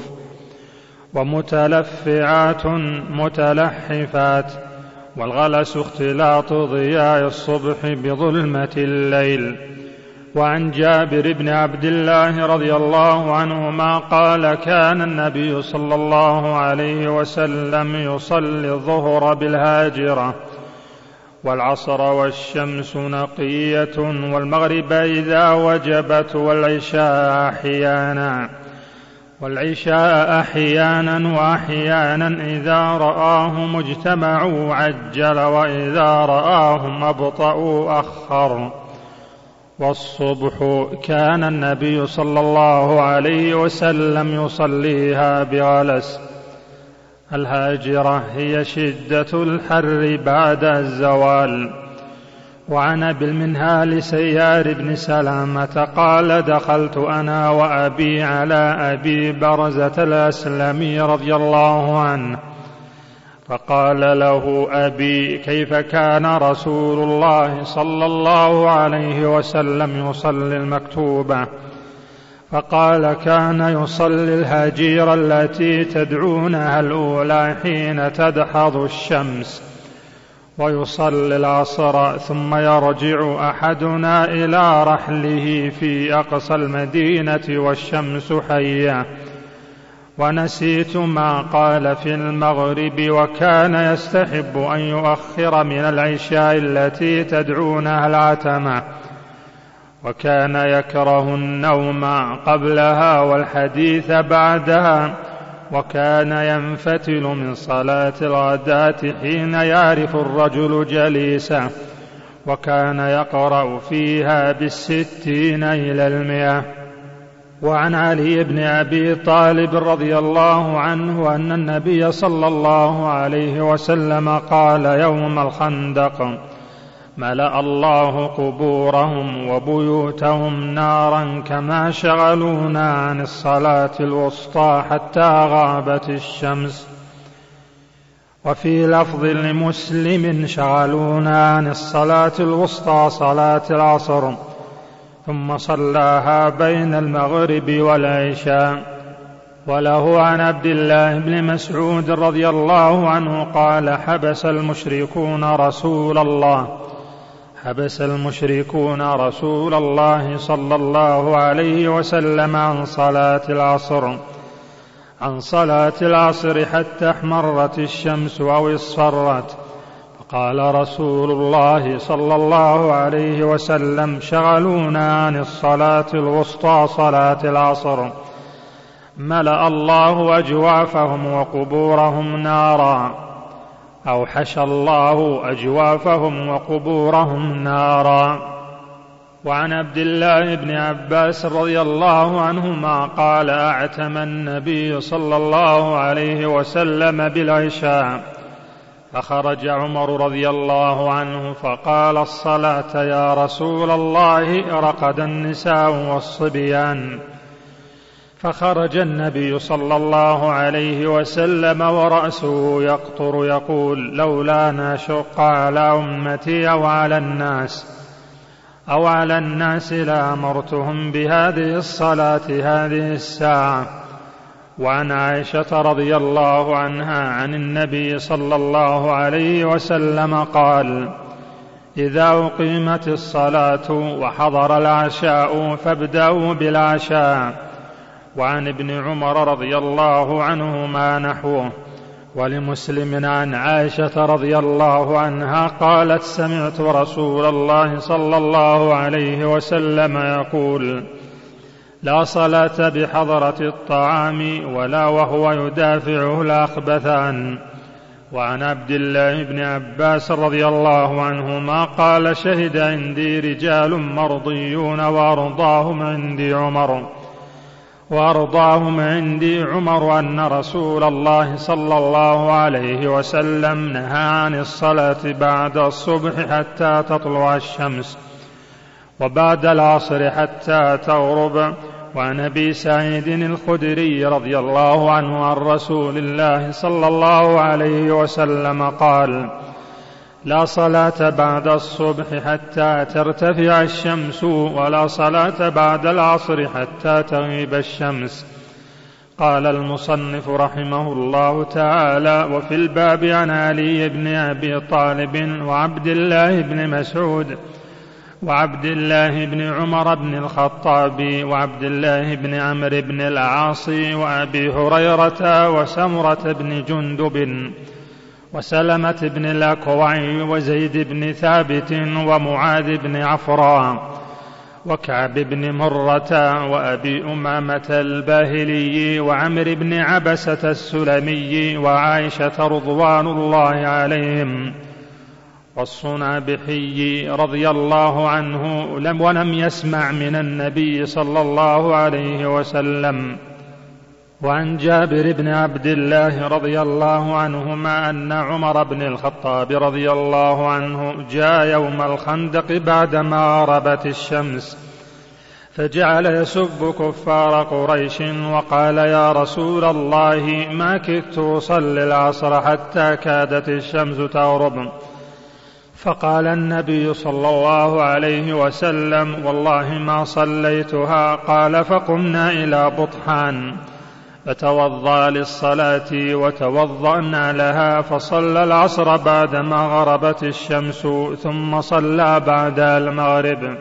ومتلفعات متلحفات، والغلس اختلاط ضياء الصبح بظلمة الليل. وعن جابر بن عبد الله رضي الله عنهما قال: كان النبي صلى الله عليه وسلم يصلي الظهر بالهاجرة، والعصر والشمس نقية، والمغرب إذا وجبت، والعشاء أحيانا والعشاء أحيانا وأحيانا إذا رآهم اجتمعوا عجل، وإذا رآهم أبطأوا أخر. والصبح كان النبي صلى الله عليه وسلم يصليها بغلس. الهاجرة هي شدة الحر بعد الزوال. وعن أبي المنهال سيار بن سلامة قال دخلت أنا وأبي على أبي برزة الأسلمي رضي الله عنه فقال له أبي كيف كان رسول الله صلى الله عليه وسلم يصلي المكتوبة؟ فقال كان يصلي الهجير التي تدعونها الأولى حين تدحض الشمس، ويصلي العصر ثم يرجع أحدنا إلى رحله في أقصى المدينة والشمس حية. ونسيت ما قال في المغرب، وكان يستحب أن يؤخر من العشاء التي تدعونها العتمة، وكان يكره النوم قبلها والحديث بعدها، وكان ينفتل من صلاة الغداة حين يعرف الرجل جليسه، وكان يقرأ فيها بالستين إلى المئة. وعن علي بن أبي طالب رضي الله عنه أن النبي صلى الله عليه وسلم قال يوم الخندق ملأ الله قبورهم وبيوتهم نارا كما شغلونا عن الصلاة الوسطى حتى غابت الشمس. وفي لفظ لمسلم شغلونا عن الصلاة الوسطى صلاة العصر، ثم صلاها بين المغرب والعشاء. وله عن عبد الله بن مسعود رضي الله عنه قال حبس المشركون رسول الله حبس المشركون رسول الله صلى الله عليه وسلم عن صلاة العصر عن صلاة العصر حتى احمرت الشمس أو اصفرت، فقال رسول الله صلى الله عليه وسلم شغلونا عن الصلاة الوسطى صلاة العصر، ملأ الله أجوافهم وقبورهم نارا، أو حشى الله أجوافهم وقبورهم نارا. وعن عبد الله بن عباس رضي الله عنهما قال أعتم النبي صلى الله عليه وسلم بالعشاء، فخرج عمر رضي الله عنه فقال الصلاة يا رسول الله، رقد النساء والصبيان. فخرج النبي صلى الله عليه وسلم ورأسه يقطر يقول لولا أن أشق على أمتي أو على الناس أو على الناس لأمرتهم بهذه الصلاة هذه الساعة. وعن عائشة رضي الله عنها عن النبي صلى الله عليه وسلم قال إذا أقيمت الصلاة وحضر العشاء فابدأوا بالعشاء. وعن ابن عمر رضي الله عنهما نحوه. ولمسلم عن عائشة رضي الله عنها قالت سمعت رسول الله صلى الله عليه وسلم يقول لا صلاة بحضرة الطعام ولا وهو يدافعه الأخبثان. وعن عبد الله بن عباس رضي الله عنهما قال شهد عندي رجال مرضيون وأرضاهم عندي عمر وأرضاهم عندي عمر أن رسول الله صلى الله عليه وسلم نهى عن الصلاة بعد الصبح حتى تطلع الشمس وبعد العصر حتى تغرب. وعن أبي سعيد الخدري رضي الله عنه عن رسول الله صلى الله عليه وسلم قال لا صلاة بعد الصبح حتى ترتفع الشمس ولا صلاة بعد العصر حتى تغيب الشمس. قال المصنف رحمه الله تعالى وفي الباب عن علي بن أبي طالب وعبد الله بن مسعود وعبد الله بن عمر بن الخطاب وعبد الله بن عمرو بن العاص وأبي هريرة وسمرة بن جندب وسلمة بن الأكوع وزيد بن ثابت ومعاذ بن عفراء وكعب بن مرة وأبي أمامة الباهلي وعمر بن عبسة السلمي وعائشة رضوان الله عليهم والصنابحي رضي الله عنه لم ولم يسمع من النبي صلى الله عليه وسلم. وعن جابر بن عبد الله رضي الله عنهما أن عمر بن الخطاب رضي الله عنه جاء يوم الخندق بعدما غربت الشمس فجعل يسب كفار قريش وقال يا رسول الله ما كدت أصلي العصر حتى كادت الشمس تغرب. فقال النبي صلى الله عليه وسلم والله ما صليتها. قال فقمنا إلى بطحان فتوضأ للصلاة وتوضأنا لها فصلى العصر بعدما غربت الشمس ثم صلى بعد المغرب.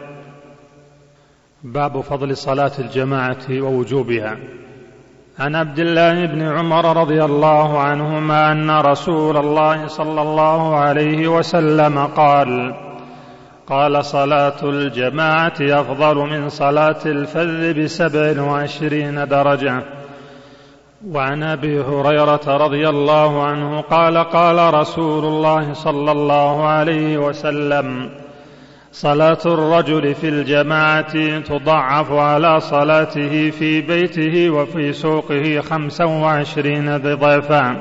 باب فضل صلاة الجماعة ووجوبها. عن عبد الله بن عمر رضي الله عنهما أن رسول الله صلى الله عليه وسلم قال قال صلاة الجماعة أفضل من صلاة الفذ بسبع وعشرين درجة. وعن أبي هريرة رضي الله عنه قال قال رسول الله صلى الله عليه وسلم صلاة الرجل في الجماعة تضعف على صلاته في بيته وفي سوقه خمسا وعشرين ضعفا،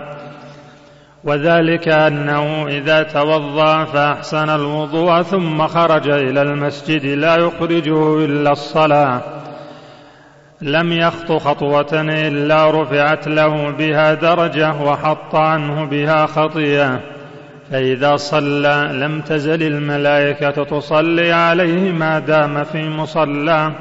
وذلك أنه إذا توضأ فأحسن الوضوء ثم خرج إلى المسجد لا يخرجه إلا الصلاة لم يخط خطوة إلا رفعت له بها درجة وحط عنه بها خطيئة، فإذا صلى لم تزل الملائكة تصلي عليه ما دام في مصلاه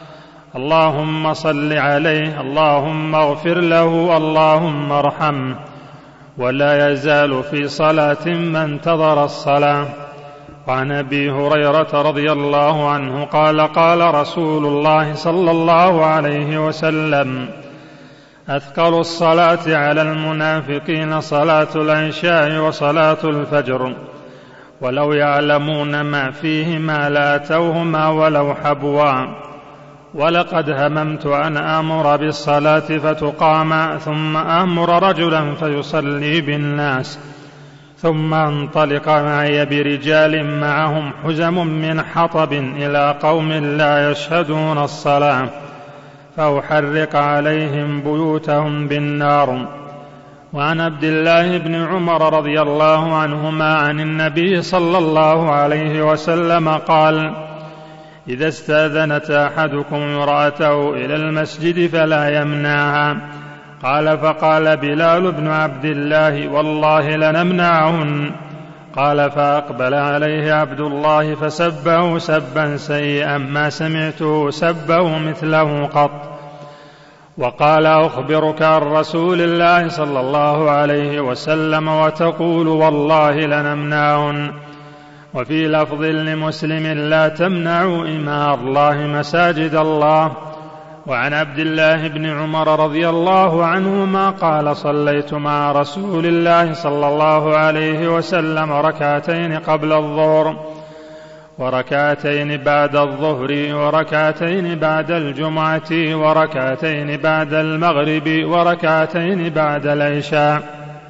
اللهم صل عليه اللهم اغفر له اللهم ارحمه، ولا يزال في صلاة ما انتظر الصلاة. وعن أبي هريرة رضي الله عنه قال قال رسول الله صلى الله عليه وسلم أثقل الصلاة على المنافقين صلاة العشاء وصلاة الفجر، ولو يعلمون ما فيهما لأتوهما ولو حبوا. ولقد هممت أن آمر بالصلاة فتقام ثم آمر رجلا فيصلي بالناس ثم انطلق معي برجال معهم حزم من حطب إلى قوم لا يشهدون الصلاة فأحرق عليهم بيوتهم بالنار. وعن عبد الله بن عمر رضي الله عنهما عن النبي صلى الله عليه وسلم قال إذا استأذنت أحدكم امرأته إلى المسجد فلا يمنعها. قال فقال بلال بن عبد الله والله لنمنعهن. قال فأقبل عليه عبد الله فسبه سبا سيئا ما سمعته سبه مثله قط، وقال أخبرك عن رسول الله صلى الله عليه وسلم وتقول والله لنمنعهن. وفي لفظ لمسلم لا تمنعوا إماء الله مساجد الله. وعن عبد الله بن عمر رضي الله عنهما قال صليت مع رسول الله صلى الله عليه وسلم ركعتين قبل الظهر وركعتين بعد الظهر وركعتين بعد الجمعة وركعتين بعد المغرب وركعتين بعد العشاء.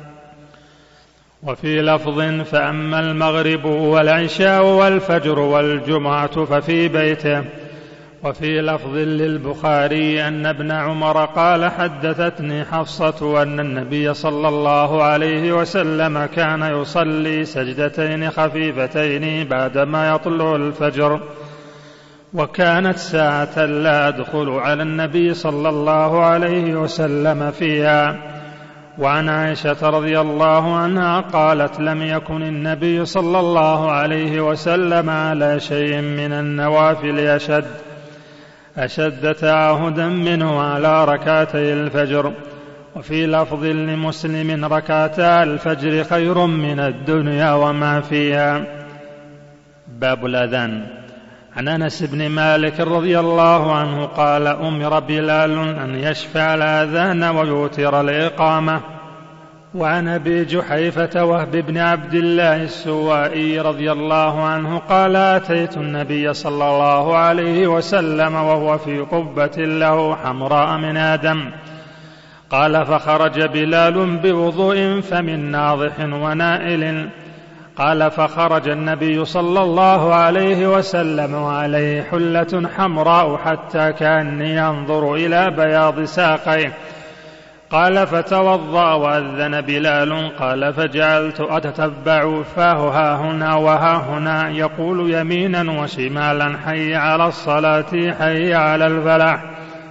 وفي لفظ فأما المغرب والعشاء والفجر والجمعة ففي بيته. وفي لفظ للبخاري أن ابن عمر قال حدثتني حفصة أن النبي صلى الله عليه وسلم كان يصلي سجدتين خفيفتين بعدما يطلع الفجر، وكانت ساعة لا أدخل على النبي صلى الله عليه وسلم فيها. وعن عائشة رضي الله عنها قالت لم يكن النبي صلى الله عليه وسلم على شيء من النوافل أشد أشد تعاهدا منه على ركعتي الفجر. وفي لفظ لمسلم ركعتا الفجر خير من الدنيا وما فيها. باب الأذان. عن أنس بن مالك رضي الله عنه قال أمر بلال أن يشفع الأذان ويوتر الإقامة. وعن أبي جحيفة وهب بن عبد الله السوائي رضي الله عنه قال أتيت النبي صلى الله عليه وسلم وهو في قبة له حمراء من آدم. قال فخرج بلال بوضوء فمن ناضح ونائل. قال فخرج النبي صلى الله عليه وسلم وعليه حلة حمراء حتى كأني ينظر إلى بياض ساقيه، قال فتوضأ وأذن بلال. قال فجعلت أتتبع فاه ها هنا وها هنا يقول يمينا وشمالا حي على الصلاة حي على الفلاح.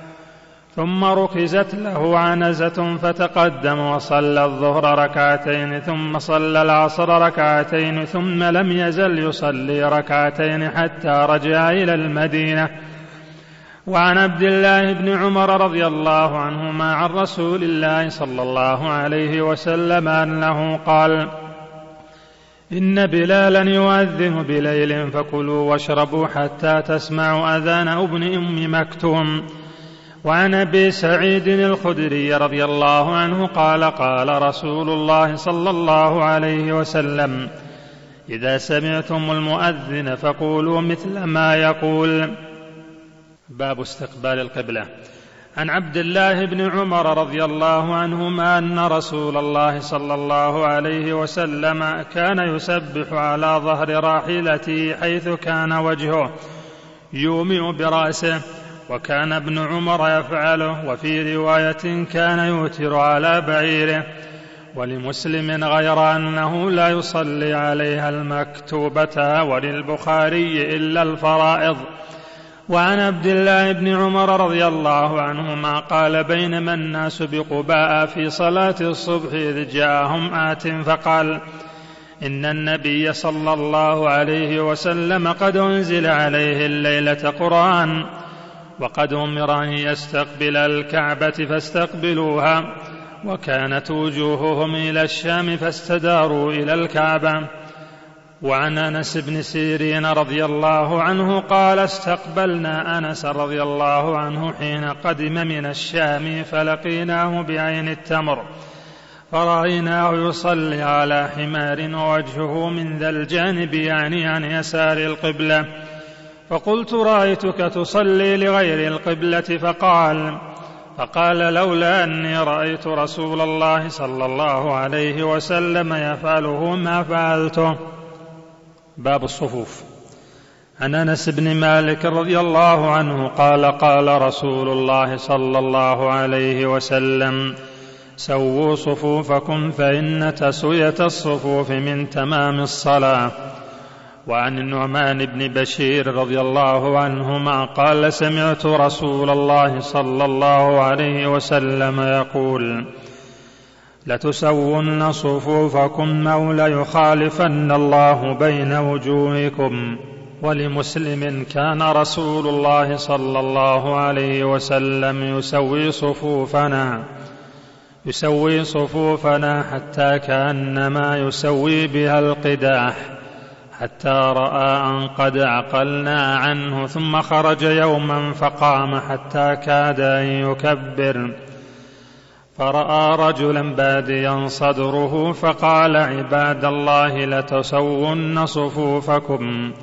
ثم ركزت له عنزة فتقدم وصلى الظهر ركعتين ثم صلى العصر ركعتين ثم لم يزل يصلي ركعتين حتى رجع إلى المدينة. وعن عبد الله بن عمر رضي الله عنهما عن رسول الله صلى الله عليه وسلم أنه قال: إن بلالا يؤذن بليل فكلوا واشربوا حتى تسمعوا أذان ابن أم مكتوم. وعن أبي سعيد الخدري رضي الله عنه قال: قال رسول الله صلى الله عليه وسلم: إذا سمعتم المؤذن فقولوا مثل ما يقول. باب استقبال القبلة. عن عبد الله بن عمر رضي الله عنهما أن رسول الله صلى الله عليه وسلم كان يسبح على ظهر راحلته حيث كان وجهه يومئ برأسه، وكان ابن عمر يفعله. وفي رواية كان يوتر على بعيره. ولمسلم غير أنه لا يصلي عليها المكتوبة، وللبخاري إلا الفرائض. وعن عبد الله بن عمر رضي الله عنهما قال: بينما الناس بقباء في صلاة الصبح إذ جاءهم آت فقال: إن النبي صلى الله عليه وسلم قد أنزل عليه الليلة قرآن، وقد أمر أن يستقبل الكعبة فاستقبلوها، وكانت وجوههم إلى الشام فاستداروا إلى الكعبة. وعن أنس بن سيرين رضي الله عنه قال: استقبلنا أنس رضي الله عنه حين قدم من الشام فلقيناه بعين التمر، فرأيناه يصلي على حمار ووجهه من ذا الجانب، يعني عن يسار القبلة. فقلت: رأيتك تصلي لغير القبلة. فقال فقال لولا أني رأيت رسول الله صلى الله عليه وسلم يفعله ما فعلته. باب الصفوف. عن أنس بن مالك رضي الله عنه قال: قال رسول الله صلى الله عليه وسلم: سووا صفوفكم فإن تسوية الصفوف من تمام الصلاة. وعن النعمان بن بشير رضي الله عنهما قال: سمعت رسول الله صلى الله عليه وسلم يقول: لتسون صفوفكم أو ليخالفن الله بين وجوهكم. ولمسلم كان رسول الله صلى الله عليه وسلم يسوي صفوفنا يسوي صفوفنا حتى كأنما يسوي بها القداح، حتى رأى أن قد عقلنا عنه، ثم خرج يوما فقام حتى كاد أن يكبر، فرأى رجلا باديا صدره فقال: عباد الله لتسون صفوفكم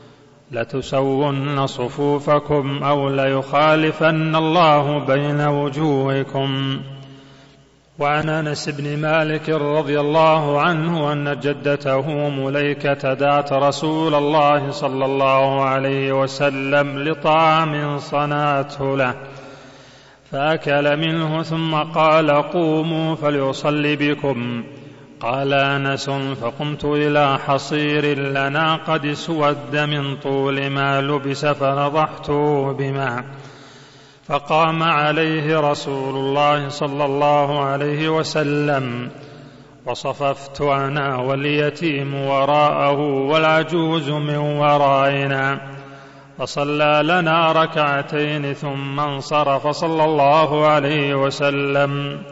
لتسون صفوفكم أو ليخالفن الله بين وجوهكم. وعن أنس بن مالك رضي الله عنه أن جدته مليكة دعت رسول الله صلى الله عليه وسلم لطعام صنعته له، فأكل منه ثم قال: قوموا فليصلي بكم. قال أنس: فقمت إلى حصير لنا قد اسود من طول ما لبس فنضحته بماء، فقام عليه رسول الله صلى الله عليه وسلم، وصففت أنا واليتيم وراءه والعجوز من ورائنا، فصلى لنا ركعتين ثم انصرف صلى الله عليه وسلم.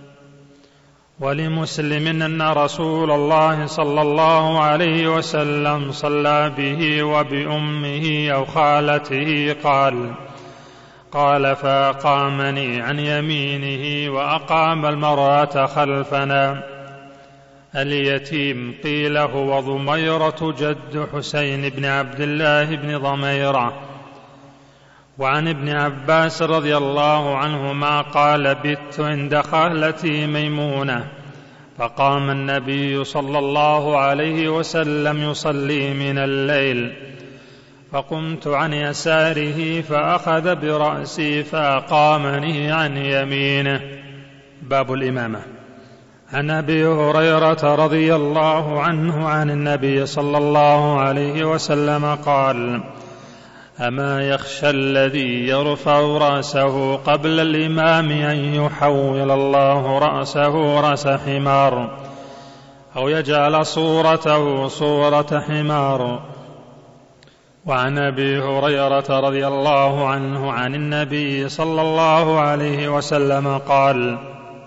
ولمسلم أن رسول الله صلى الله عليه وسلم صلى به وبأمه أو خالته، قال قال فأقامني عن يمينه وأقام المرأة خلفنا. اليتيم قيل هو ضميرة جد حسين بن عبد الله بن ضميرة. وعن ابن عباس رضي الله عنهما قال: بت عند خالتي ميمونة، فقام النبي صلى الله عليه وسلم يصلي من الليل، فقمت عن يساره فأخذ برأسي فأقامني عن يمينه. باب الإمامة. عن أبي هريرة رضي الله عنه عن النبي صلى الله عليه وسلم قال: أما يخشى الذي يرفع رأسه قبل الإمام أن يحول الله رأسه رأس حمار أو يجعل صورته صورة حمار. وعن أبي هريرة رضي الله عنه عن النبي صلى الله عليه وسلم قال: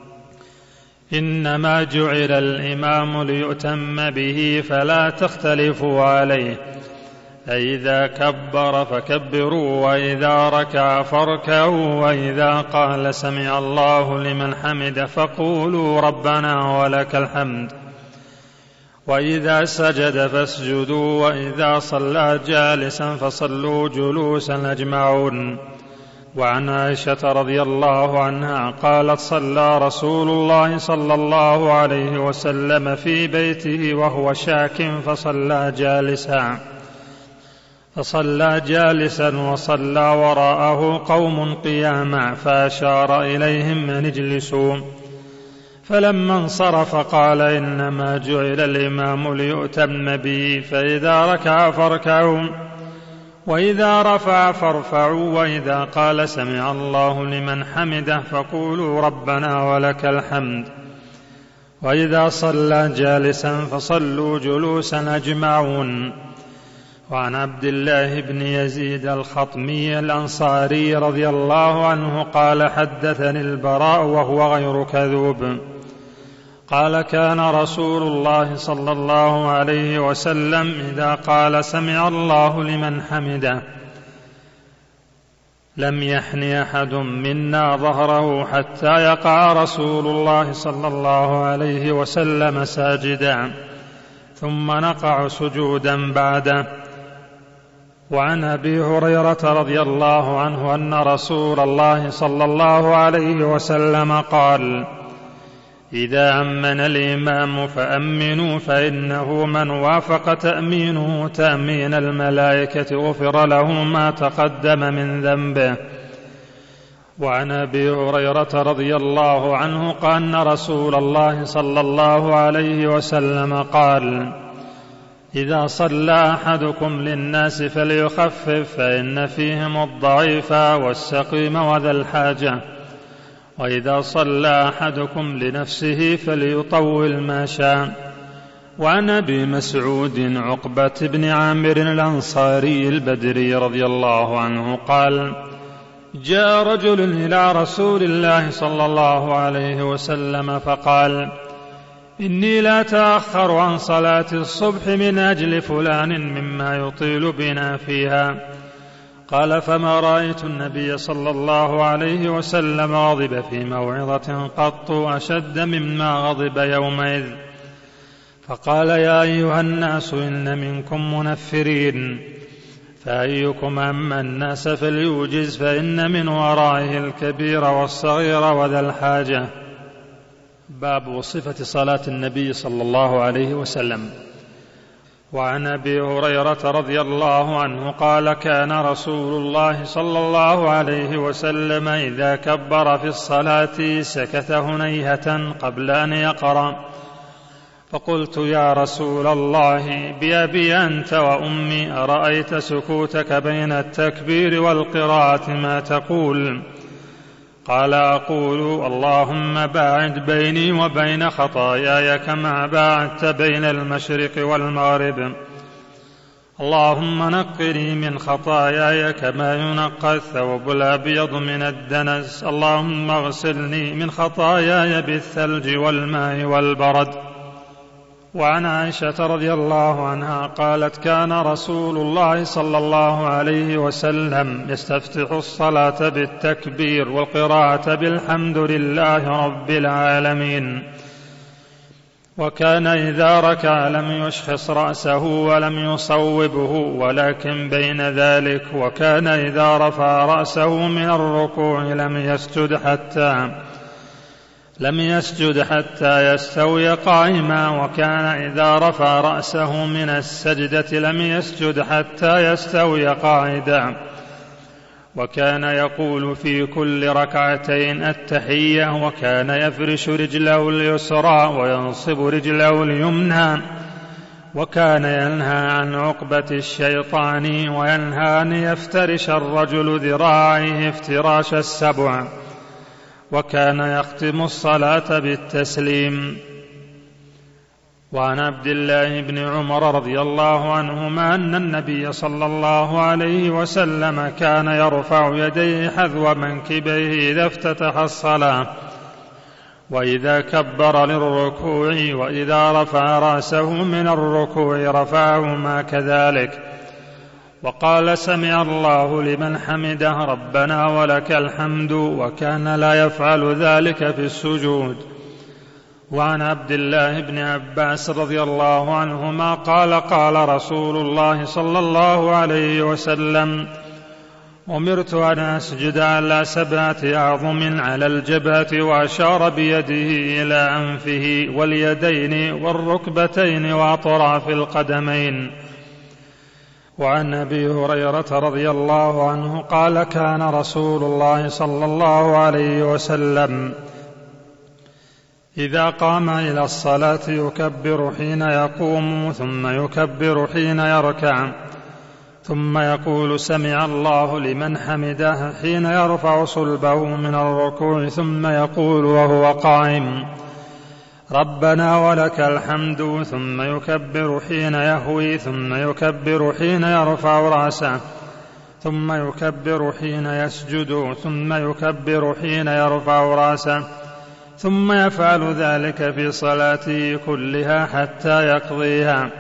إنما جعل الإمام ليؤتم به فلا تختلفوا عليه، فإذا كبر فكبروا، وإذا ركع فاركعوا، وإذا قال سمع الله لمن حمد فقولوا ربنا ولك الحمد، وإذا سجد فاسجدوا، وإذا صلى جالسا فصلوا جلوسا أجمعون. وعن عائشة رضي الله عنها قالت: صلى رسول الله صلى الله عليه وسلم في بيته وهو شاك فصلى جالسا فصلى جالسا وصلى وراءه قوم قياما فأشار إليهم أن اجلسوا، فلما انصرف قال: إنما جعل الإمام ليؤتم به، فإذا ركع فاركعوا، وإذا رفع فارفعوا، وإذا قال سمع الله لمن حمده فقولوا ربنا ولك الحمد، وإذا صلى جالسا فصلوا جلوسا أجمعون. وعن عبد الله بن يزيد الخطمي الأنصاري رضي الله عنه قال: حدثني البراء وهو غير كذوب قال: كان رسول الله صلى الله عليه وسلم إذا قال سمع الله لمن حمده لم يحن أحد منا ظهره حتى يقع رسول الله صلى الله عليه وسلم ساجدا، ثم نقع سجودا بعده. وعن أبي هريرة رضي الله عنه أن رسول الله صلى الله عليه وسلم قال: إذا أمن الإمام فأمنوا، فإنه من وافق تأمينه تأمين الملائكة غفر له ما تقدم من ذنبه. وعن أبي هريرة رضي الله عنه قال أن رسول الله صلى الله عليه وسلم قال: إذا صلى أحدكم للناس فليخفف، فإن فيهم الضعيف والسقيم وذا الحاجة، وإذا صلى أحدكم لنفسه فليطول ما شاء. وعن أبي مسعود عقبة بن عامر الأنصاري البدري رضي الله عنه قال: جاء رجل إلى رسول الله صلى الله عليه وسلم فقال: إني لا أتأخر عن صلاة الصبح من أجل فلان مما يطيل بنا فيها. قال: فما رأيت النبي صلى الله عليه وسلم غضب في موعظة قط أشد مما غضب يومئذ. فقال: يا أيها الناس إن منكم منفرين، فأيكم أما الناس فليوجز، فإن من ورائه الكبير والصغير وذا الحاجة. باب صفة صلاة النبي صلى الله عليه وسلم. وعن أبي هريرة رضي الله عنه قال: كان رسول الله صلى الله عليه وسلم إذا كبر في الصلاة سكت هنيهة قبل أن يقرأ، فقلت: يا رسول الله بأبي أنت وأمي، أرأيت سكوتك بين التكبير والقراءة ما تقول؟ قال: أقول: اللهم باعد بيني وبين خطاياي كما باعدت بين المشرق والمغرب، اللهم نقني من خطاياي كما ينقى الثوب الأبيض من الدنس، اللهم اغسلني من خطاياي بالثلج والماء والبرد. وعن عائشة رضي الله عنها قالت: كان رسول الله صلى الله عليه وسلم يستفتح الصلاة بالتكبير والقراءة بالحمد لله رب العالمين، وكان إذا ركع لم يشخص رأسه ولم يصوبه ولكن بين ذلك، وكان إذا رفع رأسه من الركوع لم يسجد حتى لم يسجد حتى يستوي قائما، وكان إذا رفع رأسه من السجدة لم يسجد حتى يستوي قاعدا، وكان يقول في كل ركعتين التحية، وكان يفرش رجله اليسرى وينصب رجله اليمنى، وكان ينهى عن عقبة الشيطان، وينهى أن يفترش الرجل ذراعيه افتراش السبع، وكان يختم الصلاة بالتسليم. وعن عبد الله بن عمر رضي الله عنهما أن النبي صلى الله عليه وسلم كان يرفع يديه حذو منكبيه إذا افتتح الصلاة، وإذا كبر للركوع، وإذا رفع رأسه من الركوع رفعهما كذلك. وقال سمع الله لمن حمده ربنا ولك الحمد، وكان لا يفعل ذلك في السجود. وعن عبد الله بن عباس رضي الله عنهما قال قال رسول الله صلى الله عليه وسلم: أمرت أن أسجد على سبعة أعظم على الجبهة، وأشار بيده إلى أنفه واليدين والركبتين وأطراف القدمين. وعن أبي هريرة رضي الله عنه قال كان رسول الله صلى الله عليه وسلم إذا قام إلى الصلاة يكبر حين يقوم، ثم يكبر حين يركع، ثم يقول سمع الله لمن حمده حين يرفع صلبه من الركوع، ثم يقول وهو قائم ربنا ولك الحمد، ثم يكبر حين يهوي، ثم يكبر حين يرفع رأسه، ثم يكبر حين يسجد، ثم يكبر حين يرفع رأسه، ثم يفعل ذلك في صلاته كلها حتى يقضيها.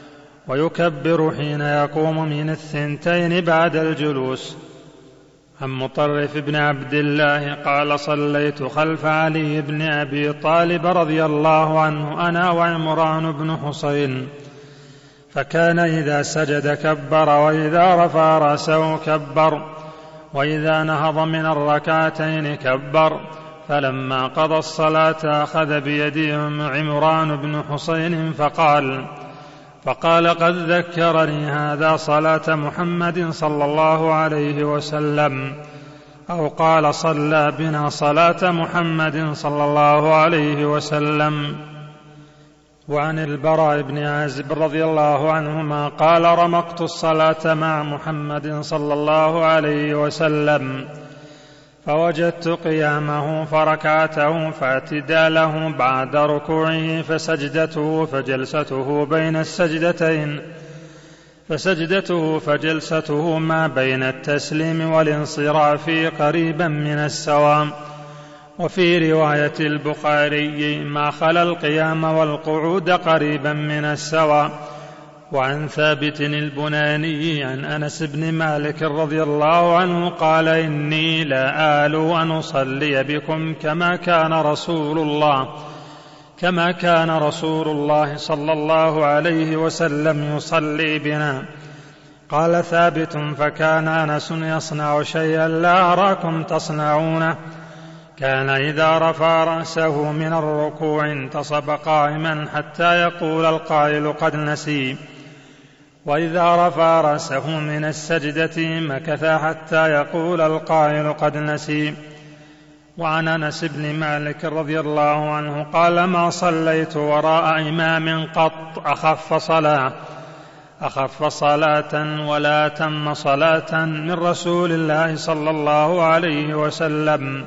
ويكبر حين يقوم من الثنتين بعد الجلوس. عن مطرف بن عبد الله قال صليت خلف علي بن أبي طالب رضي الله عنه أنا وعمران بن حصين، فكان إذا سجد كبر، وإذا رفع رأسه كبر، وإذا نهض من الركعتين كبر. فلما قضى الصلاة أخذ بيدي عمران بن حصين فقال فقال قد ذكرني هذا صلاة محمد صلى الله عليه وسلم، أو قال صلى بنا صلاة محمد صلى الله عليه وسلم. وعن البراء بن عازب رضي الله عنهما قال رمقت الصلاة مع محمد صلى الله عليه وسلم، فوجدت قيامه فركعته فاعتداله بعد ركوعه فسجدته فجلسته بين السجدتين فسجدته فجلسته ما بين التسليم والانصراف قريبا من السواء. وفي رواية البخاري ما خلا القيام والقعود قريبا من السواء. وعن ثابت البناني عن أنس بن مالك رضي الله عنه قال إني لا آل أن أصلي بكم كما كان رسول الله كما كان رسول الله صلى الله عليه وسلم يصلي بنا. قال ثابت فكان أنس يصنع شيئا لا أراكم تصنعونه، كان إذا رفع رأسه من الركوع انتصب قائما حتى يقول القائل قد نسي، وإذا رفع رأسه من السجدة مكث حتى يقول القائل قد نسي. وعن أنس بن مالك رضي الله عنه قال ما صليت وراء إمام قط أخف صلاة أخف صلاة ولا تم صلاة من رسول الله صلى الله عليه وسلم.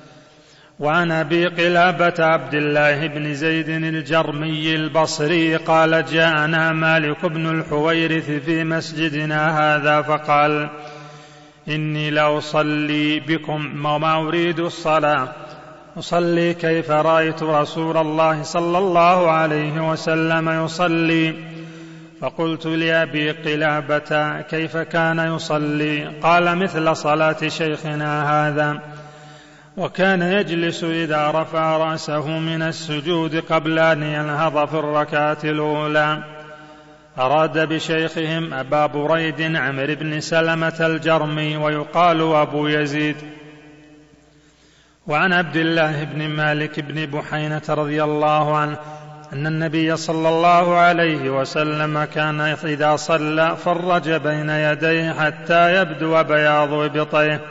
وعن أبي قلابة عبد الله بن زيد الجرمي البصري قال جاءنا مالك بن الحويرث في مسجدنا هذا فقال إني لأصلي بكم وما أريد الصلاة، أصلي كيف رأيت رسول الله صلى الله عليه وسلم يصلي. فقلت لأبي قلابة كيف كان يصلي؟ قال مثل صلاة شيخنا هذا، وكان يجلس إذا رفع رأسه من السجود قبل أن ينهض في الركعة الأولى. أراد بشيخهم أبا بريد عمرو بن سلمة الجرمي ويقال أبو يزيد. وعن عبد الله بن مالك بن بحينة رضي الله عنه أن النبي صلى الله عليه وسلم كان إذا صلى فرج بين يديه حتى يبدو بياض إبطيه.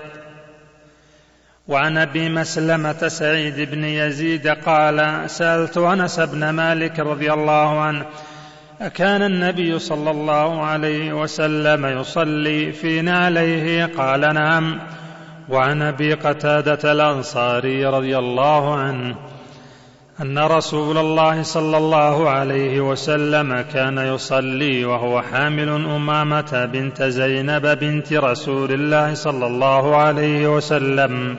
وعن أبي مسلمة سعيد بن يزيد قال سألت أنس بن مالك رضي الله عنه أكان النبي صلى الله عليه وسلم يصلي في نعليه؟ قال نعم. وعن أبي قتادة الأنصاري رضي الله عنه أن رسول الله صلى الله عليه وسلم كان يصلي وهو حامل أمامة بنت زينب بنت رسول الله صلى الله عليه وسلم،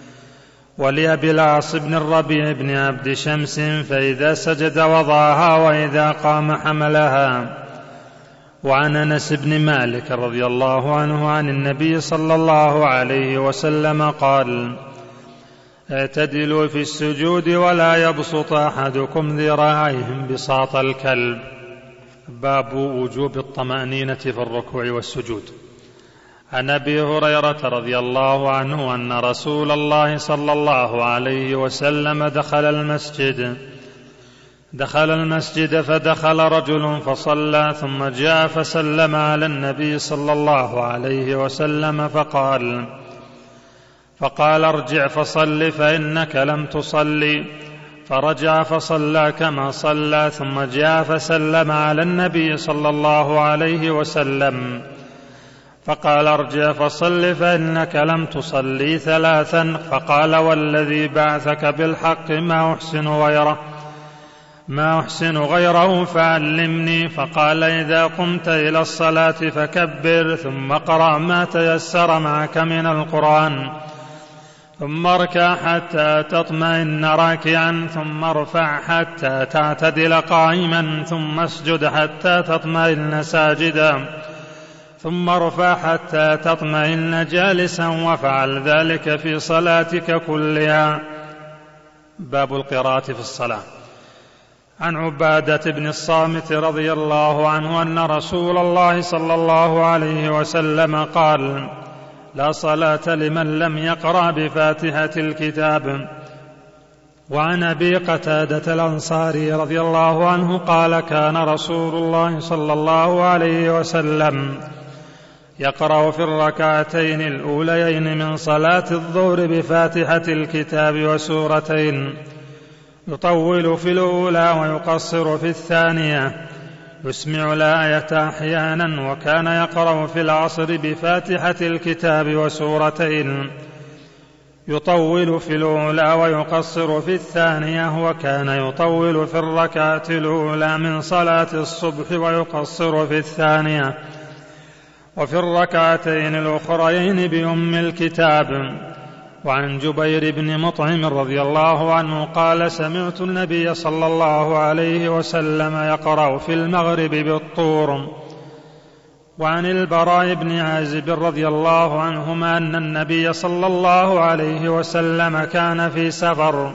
ولأبي العاص بن الربيع بن عبد شمس فإذا سجد وضعها وإذا قام حملها. وعن أنس بن مالك رضي الله عنه عن النبي صلى الله عليه وسلم قال اعتدلوا في السجود ولا يبسط أحدكم ذراعيه بساط الكلب. باب وجوب الطمأنينة في الركوع والسجود. عن أبي هريرة رضي الله عنه أن رسول الله صلى الله عليه وسلم دخل المسجد دخل المسجد فدخل رجل فصلى ثم جاء فسلم على النبي صلى الله عليه وسلم فقال فقال ارجع فصل فإنك لم تصلي، فرجع فصلى كما صلى ثم جاء فسلم على النبي صلى الله عليه وسلم فقال ارجع فصل فإنك لم تصلي ثلاثا، فقال والذي بعثك بالحق ما أحسن غيره ما أحسن غيره فعلمني. فقال إذا قمت إلى الصلاة فكبر ثم قرأ ما تيسر معك من القرآن، ثم اركع حتى تطمئن راكعا، ثم ارفع حتى تعتدل قائما، ثم اسجد حتى تطمئن ساجدا، ثم ارفع حتى تطمئن جالسا، وفعل ذلك في صلاتك كلها. باب القراءة في الصلاة. عن عبادة بن الصامت رضي الله عنه أن رسول الله صلى الله عليه وسلم قال لا صلاة لمن لم يقرأ بفاتحة الكتاب. وعن أبي قتادة الأنصاري رضي الله عنه قال كان رسول الله صلى الله عليه وسلم يقرأ في الركعتين الأوليين من صلاة الظهر بفاتحة الكتاب وسورتين، يطول في الأولى ويقصر في الثانية، يسمع الآية أحيانا. وكان يقرأ في العصر بفاتحة الكتاب وسورتين، يطول في الأولى ويقصر في الثانية. وكان يطول في الركعة الأولى من صلاة الصبح ويقصر في الثانية، وفي الركعتين الأخرين بأم الكتاب. وعن جبير بن مطعم رضي الله عنه قال سمعت النبي صلى الله عليه وسلم يقرأ في المغرب بالطور. وعن البراء بن عازب رضي الله عنهما أن النبي صلى الله عليه وسلم كان في سفر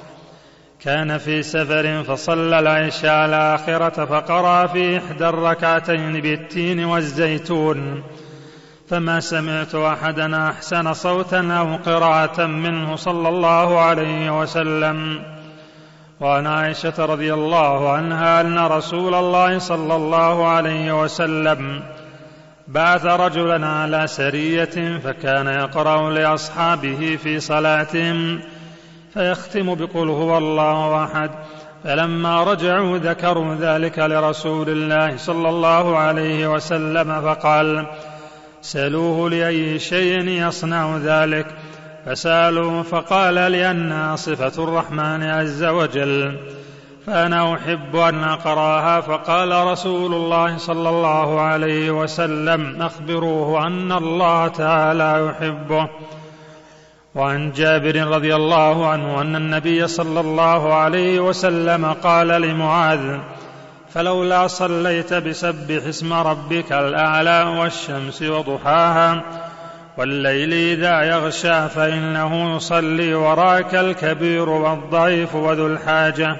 كان في سفر فصلى العشاء الآخرة فقرأ في إحدى الركعتين بالتين والزيتون، فما سمعت أحدا أحسن صوتا أو قراءة منه صلى الله عليه وسلم. وعن عائشة رضي الله عنها أن رسول الله صلى الله عليه وسلم بعث رجلا على سرية فكان يقرأ لأصحابه في صلاتهم فيختم بقل هو الله أحد، فلما رجعوا ذكروا ذلك لرسول الله صلى الله عليه وسلم فقال سألوه لأي شيء يصنع ذلك، فسألوه فقال لأنها صفة الرحمن عز وجل، فأنا أحب أن أقرأها. فقال رسول الله صلى الله عليه وسلم أخبروه أن الله تعالى يحبه. وعن جابر رضي الله عنه أن النبي صلى الله عليه وسلم قال لمعاذ فلولا صليت بسبح اسم ربك الأعلى والشمس وضحاها والليل إذا يغشى فإنه يصلي وراك الكبير والضعيف وذو الحاجة.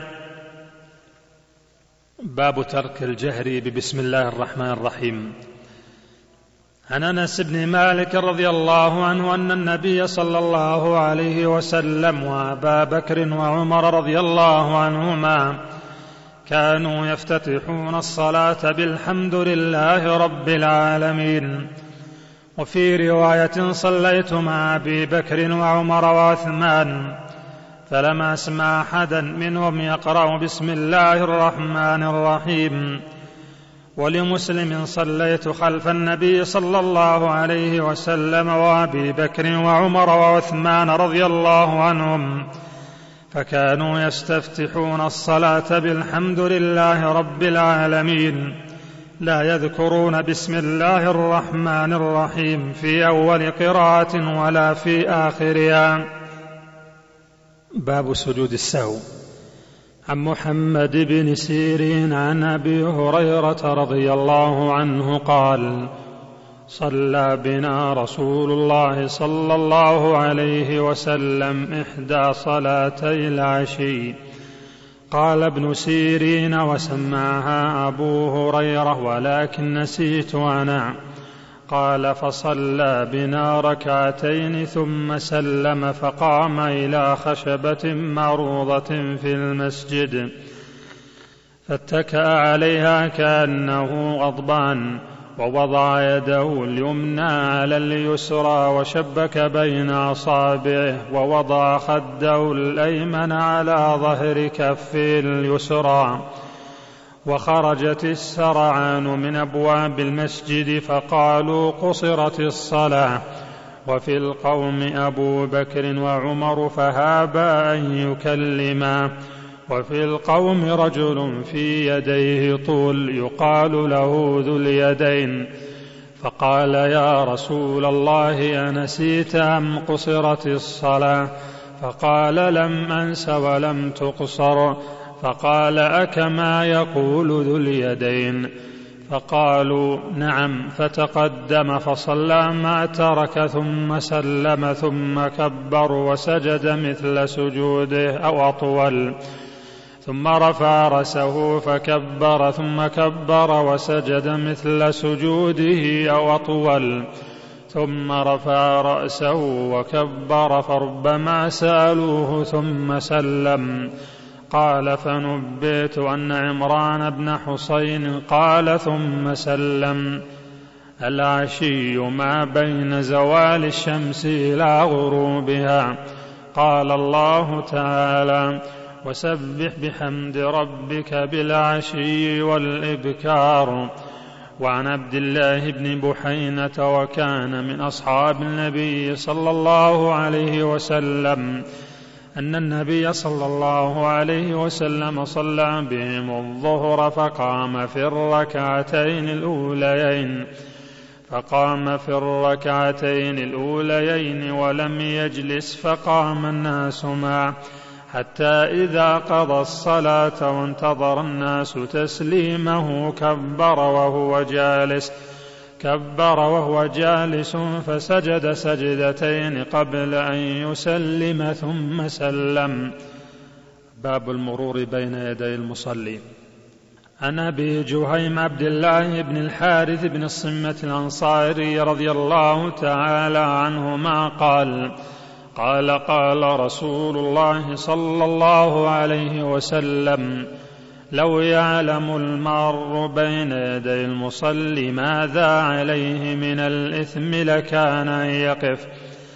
باب ترك الجهر ببسم الله الرحمن الرحيم. عن أنس بن مالك رضي الله عنه أن النبي صلى الله عليه وسلم وأبا بكر وعمر رضي الله عنهما كانوا يفتتحون الصلاة بالحمد لله رب العالمين. وفي رواية صليت مع أبي بكر وعمر وعثمان فلم أسمع أحدا منهم يقرأ بسم الله الرحمن الرحيم. ولمسلم صليت خلف النبي صلى الله عليه وسلم وأبي بكر وعمر وعثمان رضي الله عنهم فكانوا يستفتحون الصلاة بالحمد لله رب العالمين لا يذكرون بسم الله الرحمن الرحيم في أول قراءة ولا في آخرها. باب سجود السهو. عن محمد بن سيرين عن أبي هريرة رضي الله عنه قال صلى بنا رسول الله صلى الله عليه وسلم إحدى صلاتي العشي. قال ابن سيرين وسمعها أبو هريرة ولكن نسيت أنا. قال فصلى بنا ركعتين ثم سلم فقام إلى خشبة معروضة في المسجد فاتكأ عليها كأنه غضبان ووضع يده اليمنى على اليسرى وشبك بين أصابعه ووضع خده الأيمن على ظهر كفه اليسرى. وخرجت السرعان من أبواب المسجد فقالوا قصرت الصلاة. وفي القوم أبو بكر وعمر فهابا أن يكلما. وفي القوم رجل في يديه طول يقال له ذو اليدين فقال يا رسول الله أنسيت أم قصرت الصلاة؟ فقال لم أنس ولم تقصر. فقال أكما يقول ذو اليدين؟ فقالوا نعم. فتقدم فصلى ما ترك ثم سلم ثم كبر وسجد مثل سجوده أو أطول ثم رفع رأسه فكبر ثم كبر وسجد مثل سجوده أو أطول ثم رفع رأسه وكبر فربما سألوه ثم سلم. قال فنبئت أن عمران بن حسين قال ثم سلم. العشي ما بين زوال الشمس إلى غروبها. قال الله تعالى وسبح بحمد ربك بالعشي والإبكار. وعن عبد الله بن بحينة وكان من أصحاب النبي صلى الله عليه وسلم أن النبي صلى الله عليه وسلم صلى بهم الظهر فقام في الركعتين الأوليين فقام في الركعتين الأوليين ولم يجلس فقام الناس معه حتى إذا قضى الصلاة وانتظر الناس تسليمه كبر وهو جالس كبر وهو جالس فسجد سجدتين قبل أن يسلم ثم سلم. باب المرور بين يدي المصلي. عن أبي جهيم عبد الله بن الحارث بن الصمة الأنصاري رضي الله تعالى عنهما قال قال قال رسول الله صلى الله عليه وسلم لو يعلم المار بين يدي المصلي ماذا عليه من الإثم لكان أن يقف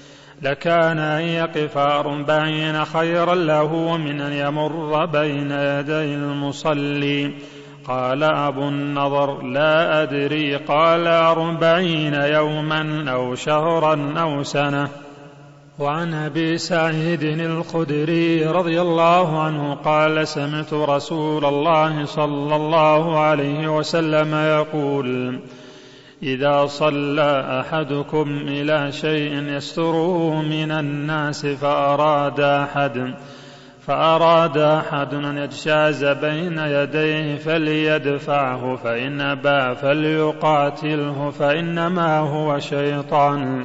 لكان أن يقف أربعين خيرا له من أن يمر بين يدي المصلي. قال أبو النضر لا أدري قال أربعين يوما أو شهرا أو سنة. وعن أبي سعيد الخدري رضي الله عنه قال سمعت رسول الله صلى الله عليه وسلم يقول إذا صلى أحدكم إلى شيء يستره من الناس فأراد أحد فأراد أحد أن يجتاز بين يديه فليدفعه فإن أبى فليقاتله فإنما هو شيطان.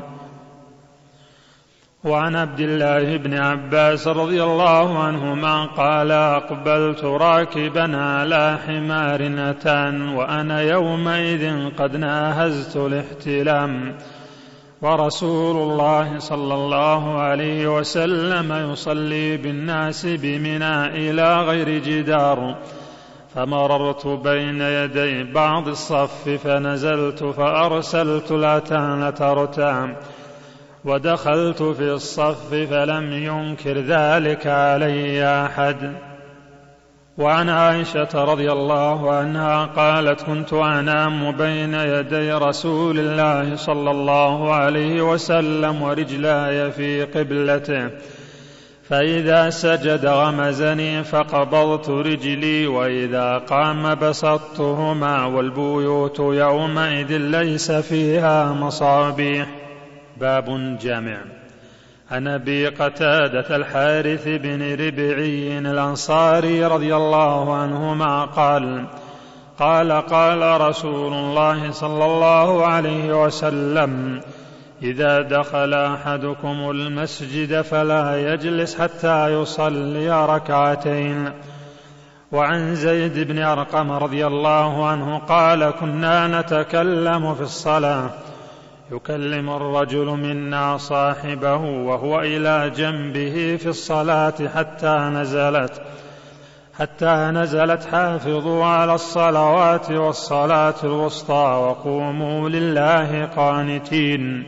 وعن عبد الله بن عباس رضي الله عنهما قال أقبلت راكبا على حمار أتان وأنا يومئذ قد ناهزت الاحتلام ورسول الله صلى الله عليه وسلم يصلي بالناس بمنى إلى غير جدار فمررت بين يدي بعض الصف فنزلت فأرسلت الأتان ترتع ودخلت في الصف فلم ينكر ذلك علي أحد. وعن عائشة رضي الله عنها قالت كنت أنام بين يدي رسول الله صلى الله عليه وسلم ورجلاي في قبلته، فإذا سجد غمزني فقبضت رجلي وإذا قام بسطتهما، والبيوت يومئذ ليس فيها مصابيح. باب جامع. عن أبي قتادة الحارث بن ربعي الأنصاري رضي الله عنهما قال قال قال رسول الله صلى الله عليه وسلم إذا دخل أحدكم المسجد فلا يجلس حتى يصلي ركعتين. وعن زيد بن أرقم رضي الله عنه قال كنا نتكلم في الصلاة يكلم الرجل منا صاحبه وهو إلى جنبه في الصلاة حتى نزلت حتى نزلت حافظوا على الصلوات والصلاة الوسطى وقوموا لله قانتين،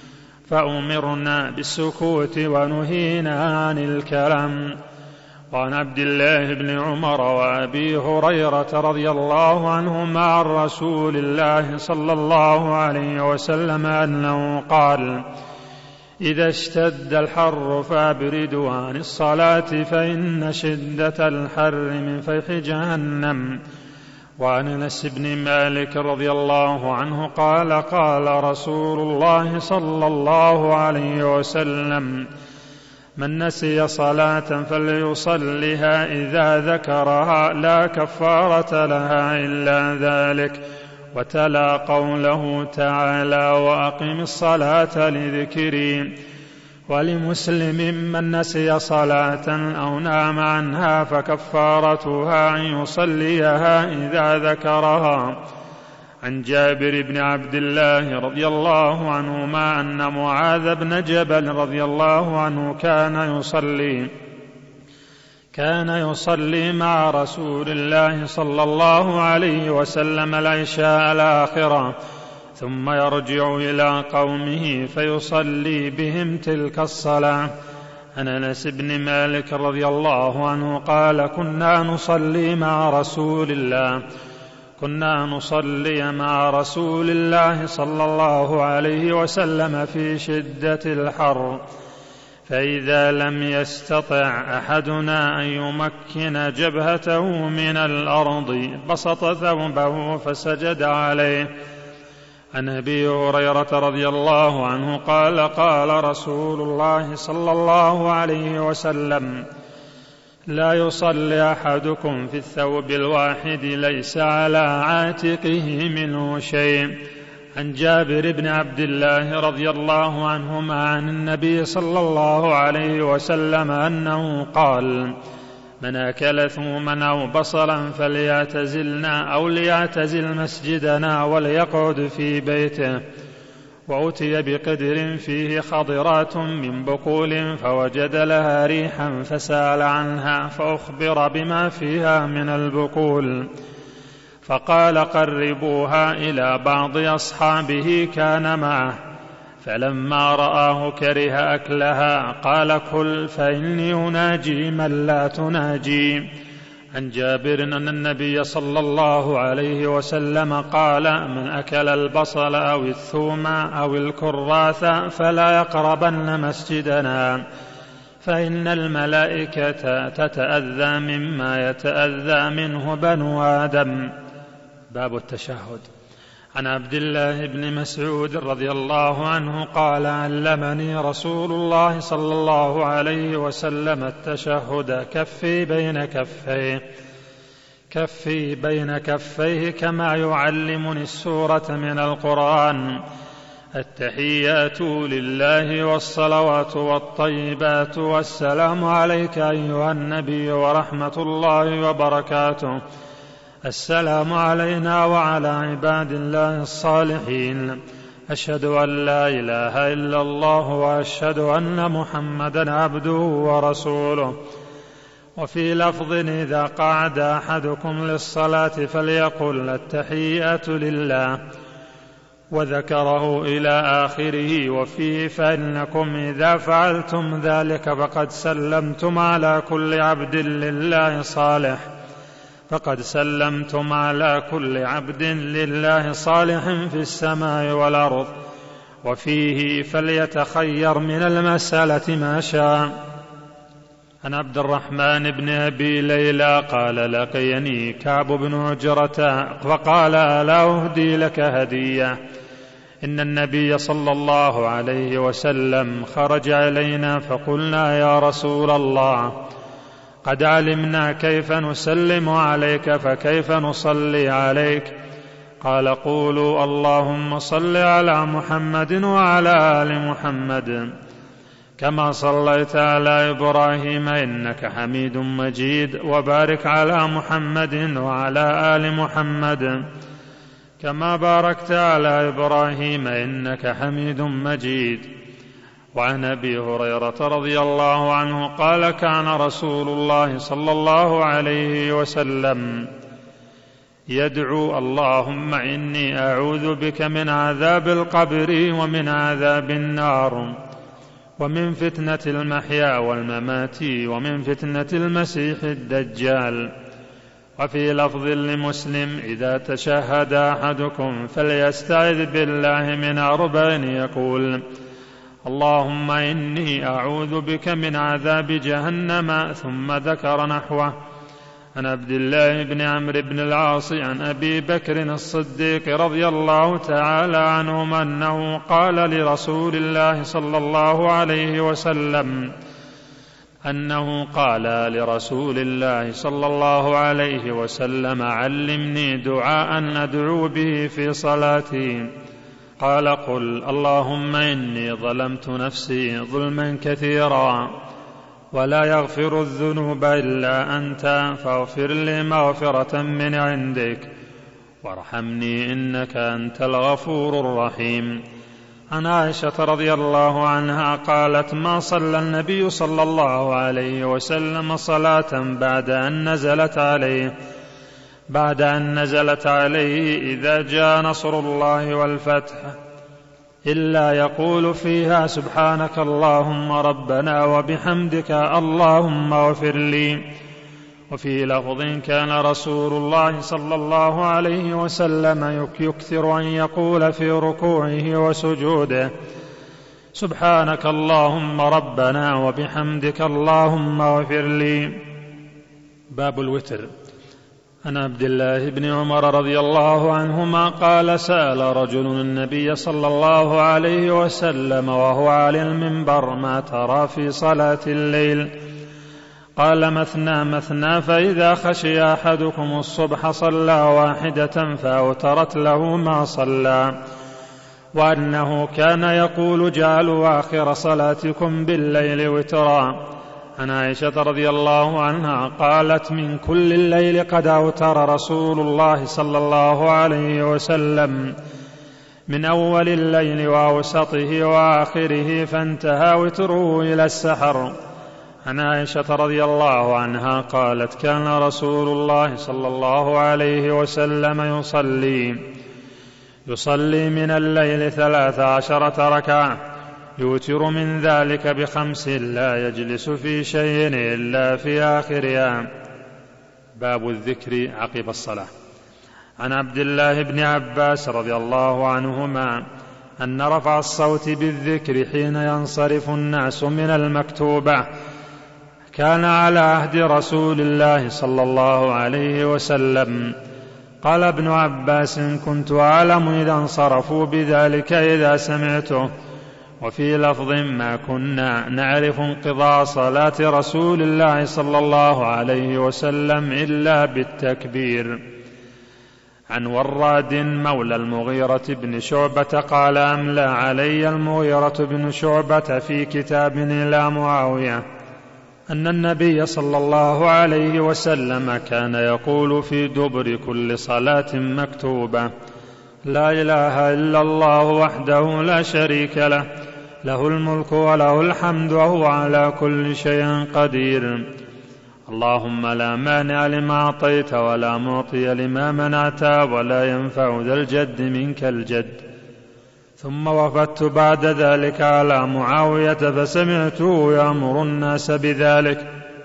فأمرنا بالسكوت ونهينا عن الكلام. وعن عبد الله بن عمر وأبي هريرة رضي الله عنهما عن رسول الله صلى الله عليه وسلم أنه قال إذا اشتد الحر فأبردوا عن الصلاة فإن شدة الحر من فيح جهنم. وعن أنس بن مالك رضي الله عنه قال قال رسول الله صلى الله عليه وسلم من نسي صلاة فليصلها إذا ذكرها لا كفارة لها إلا ذلك. وتلا قوله تعالى وأقم الصلاة لذكري. ولمسلم من نسي صلاة أو نام عنها فكفارتها أن يصليها إذا ذكرها. عن جابر بن عبد الله رضي الله عنهما أن معاذ بن جبل رضي الله عنه كان يصلي كان يصلي مع رسول الله صلى الله عليه وسلم العشاء الآخرة ثم يرجع إلى قومه فيصلي بهم تلك الصلاة. عن أنس بن مالك رضي الله عنه قال كنا نصلي مع رسول الله كنا نصلي مع رسول الله صلى الله عليه وسلم في شدة الحر، فإذا لم يستطع أحدنا أن يمكن جبهته من الأرض بسط ثوبه فسجد عليه. عن أبي هريرة رضي الله عنه قال قال رسول الله صلى الله عليه وسلم لا يصلي أحدكم في الثوب الواحد ليس على عاتقه منه شيء. عن جابر بن عبد الله رضي الله عنهما عن النبي صلى الله عليه وسلم أنه قال من أكل ثوما أو بصلا فليعتزلنا أو ليعتزل مسجدنا وليقعد في بيته. وأتي بقدر فيه خضرات من بقول فوجد لها ريحا فسأل عنها فأخبر بما فيها من البقول فقال قربوها إلى بعض أصحابه كان معه، فلما رآه كره أكلها قال كل فإني أناجي من لا تناجي. عن جابر أن النبي صلى الله عليه وسلم قال من أكل البصل أو الثوم أو الكراث فلا يقربن مسجدنا فإن الملائكة تتأذى مما يتأذى منه بنو آدم. باب التشهد. عن عبد الله بن مسعود رضي الله عنه قال علمني رسول الله صلى الله عليه وسلم التشهد كفي بين كفيه كفي بين كفيه كما يعلمني السورة من القرآن. التحيات لله والصلوات والطيبات والسلام عليك أيها النبي ورحمة الله وبركاته. السلام علينا وعلى عباد الله الصالحين. أشهد أن لا إله إلا الله وأشهد أن محمدا عبده ورسوله. وفي لفظ إذا قعد أحدكم للصلاة فليقل التحيات لله، وذكره إلى آخره. وفيه فإنكم إذا فعلتم ذلك فقد سلمتم على كل عبد لله صالح فقد سلمتم على كل عبد لله صالح في السماء والأرض. وفيه فليتخير من المسألة ما شاء. عن عبد الرحمن بن أبي ليلى قال لقيني كعب بن عجرة فقال ألا أهدي لك هدية؟ إن النبي صلى الله عليه وسلم خرج إلينا فقلنا يا رسول الله قد علمنا كيف نسلم عليك فكيف نصلي عليك؟ قال قولوا اللهم صل على محمد وعلى آل محمد كما صليت على إبراهيم إنك حميد مجيد، وبارك على محمد وعلى آل محمد كما باركت على إبراهيم إنك حميد مجيد. وعن أبي هريرة رضي الله عنه قال كان رسول الله صلى الله عليه وسلم يدعو اللهم إني أعوذ بك من عذاب القبر ومن عذاب النار ومن فتنة المحيا والممات ومن فتنة المسيح الدجال. وفي لفظ لمسلم إذا تشهد أحدكم فليستعذ بالله من أربع يقول اللهم إني أعوذ بك من عذاب جهنم، ثم ذكر نحوه. عن عبد الله بن عمرو بن العاص عن أبي بكر الصديق رضي الله تعالى عنهم أنه قال لرسول الله صلى الله عليه وسلم أنه قال لرسول الله صلى الله عليه وسلم علمني دعاء أدعو به في صلاتي. قال قل اللهم إني ظلمت نفسي ظلما كثيرا ولا يغفر الذنوب إلا أنت فاغفر لي مغفرة من عندك وارحمني إنك أنت الغفور الرحيم. عن عائشة رضي الله عنها قالت ما صلى النبي صلى الله عليه وسلم صلاة بعد أن نزلت عليه بعد أن نزلت عليه إذا جاء نصر الله والفتح إلا يقول فيها سبحانك اللهم ربنا وبحمدك اللهم اغفر لي. وفي لفظ كان رسول الله صلى الله عليه وسلم يكثر أن يقول في ركوعه وسجوده سبحانك اللهم ربنا وبحمدك اللهم اغفر لي. باب الوتر. عن عبد الله بن عمر رضي الله عنهما قال سأل رجل النبي صلى الله عليه وسلم وهو على المنبر ما ترى في صلاة الليل؟ قال مثنى مثنى، فإذا خشي أحدكم الصبح صلى واحدة فأوترت له ما صلى. وأنه كان يقول جعلوا آخر صلاتكم بالليل وترا. عن عائشة رضي الله عنها قالت من كل الليل قد أوتر رسول الله صلى الله عليه وسلم من أول الليل وأوسطه وآخره فانتهى وتره إلى السحر. عن عائشة رضي الله عنها قالت كان رسول الله صلى الله عليه وسلم يصلي يصلي من الليل ثلاث عشرة ركعة يوتر من ذلك بخمس لا يجلس في شيء إلا في آخرها. باب الذكر عقب الصلاة. عن عبد الله بن عباس رضي الله عنهما أن رفع الصوت بالذكر حين ينصرف الناس من المكتوبة كان على عهد رسول الله صلى الله عليه وسلم. قال ابن عباس كنت أعلم إذا انصرفوا بذلك إذا سمعته. وفي لفظ ما كنا نعرف انقضاء صلاة رسول الله صلى الله عليه وسلم إلا بالتكبير. عن وراد مولى المغيرة بن شعبة قال أملى علي المغيرة بن شعبة في كتاب إلى معاوية أن النبي صلى الله عليه وسلم كان يقول في دبر كل صلاة مكتوبة لا إله إلا الله وحده لا شريك له له الملك وله الحمد وهو على كل شيء قدير. اللهم لا مانع لما أعطيت ولا معطي لما منعت ولا ينفع ذا الجد منك الجد. ثم وفدت بعد ذلك على معاوية فسمعته يأمر الناس بذلك.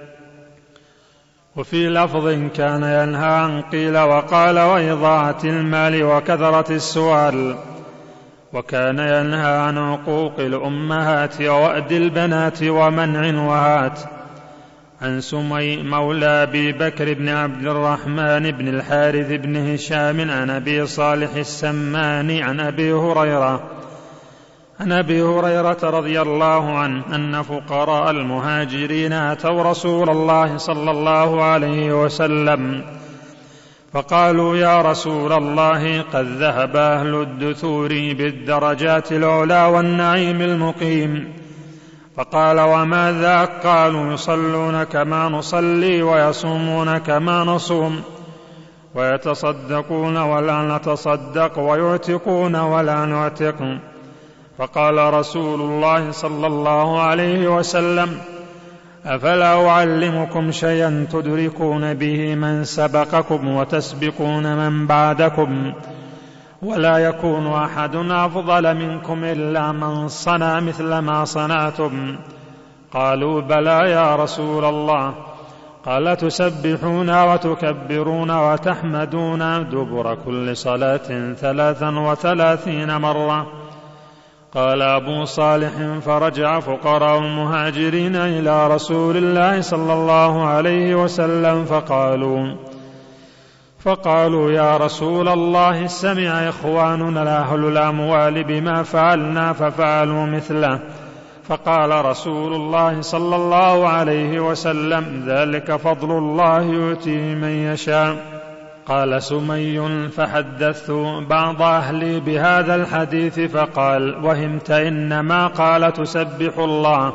وفي لفظ كان ينهى عن قيل وقال وإضاعة المال وكثرة السؤال، وكان ينهى عن عقوق الأمهات ووأد البنات ومنع وهات. عن سمي مولى أبي بكر بن عبد الرحمن بن الحارث بن هشام عن أبي صالح السمان عن أبي هريرة عن أبي هريرة رضي الله عنه أن فقراء المهاجرين أتوا رسول الله صلى الله عليه وسلم فقالوا يا رسول الله قد ذهب أهل الدثور بالدرجات العلى والنعيم المقيم. فقال وما ذاك؟ قالوا يصلون كما نصلي ويصومون كما نصوم ويتصدقون ولا نتصدق ويعتقون ولا نعتق. فقال رسول الله صلى الله عليه وسلم أفلا أعلمكم شيئا تدركون به من سبقكم وتسبقون من بعدكم ولا يكون أحد أفضل منكم إلا من صنع مثل ما صنعتم. قالوا بلى يا رسول الله. قال تسبحون وتكبرون وتحمدون دبر كل صلاة ثلاثا وثلاثين مرة. قال أبو صالح فرجع فقراء المهاجرين إلى رسول الله صلى الله عليه وسلم فقالوا فقالوا يا رسول الله سمع إخواننا أهل الأموال بما فعلنا ففعلوا مثله. فقال رسول الله صلى الله عليه وسلم ذلك فضل الله يؤتيه من يشاء. قال سمي فحدثت بعض أهلي بهذا الحديث فقال وهمت إنما قال تسبح الله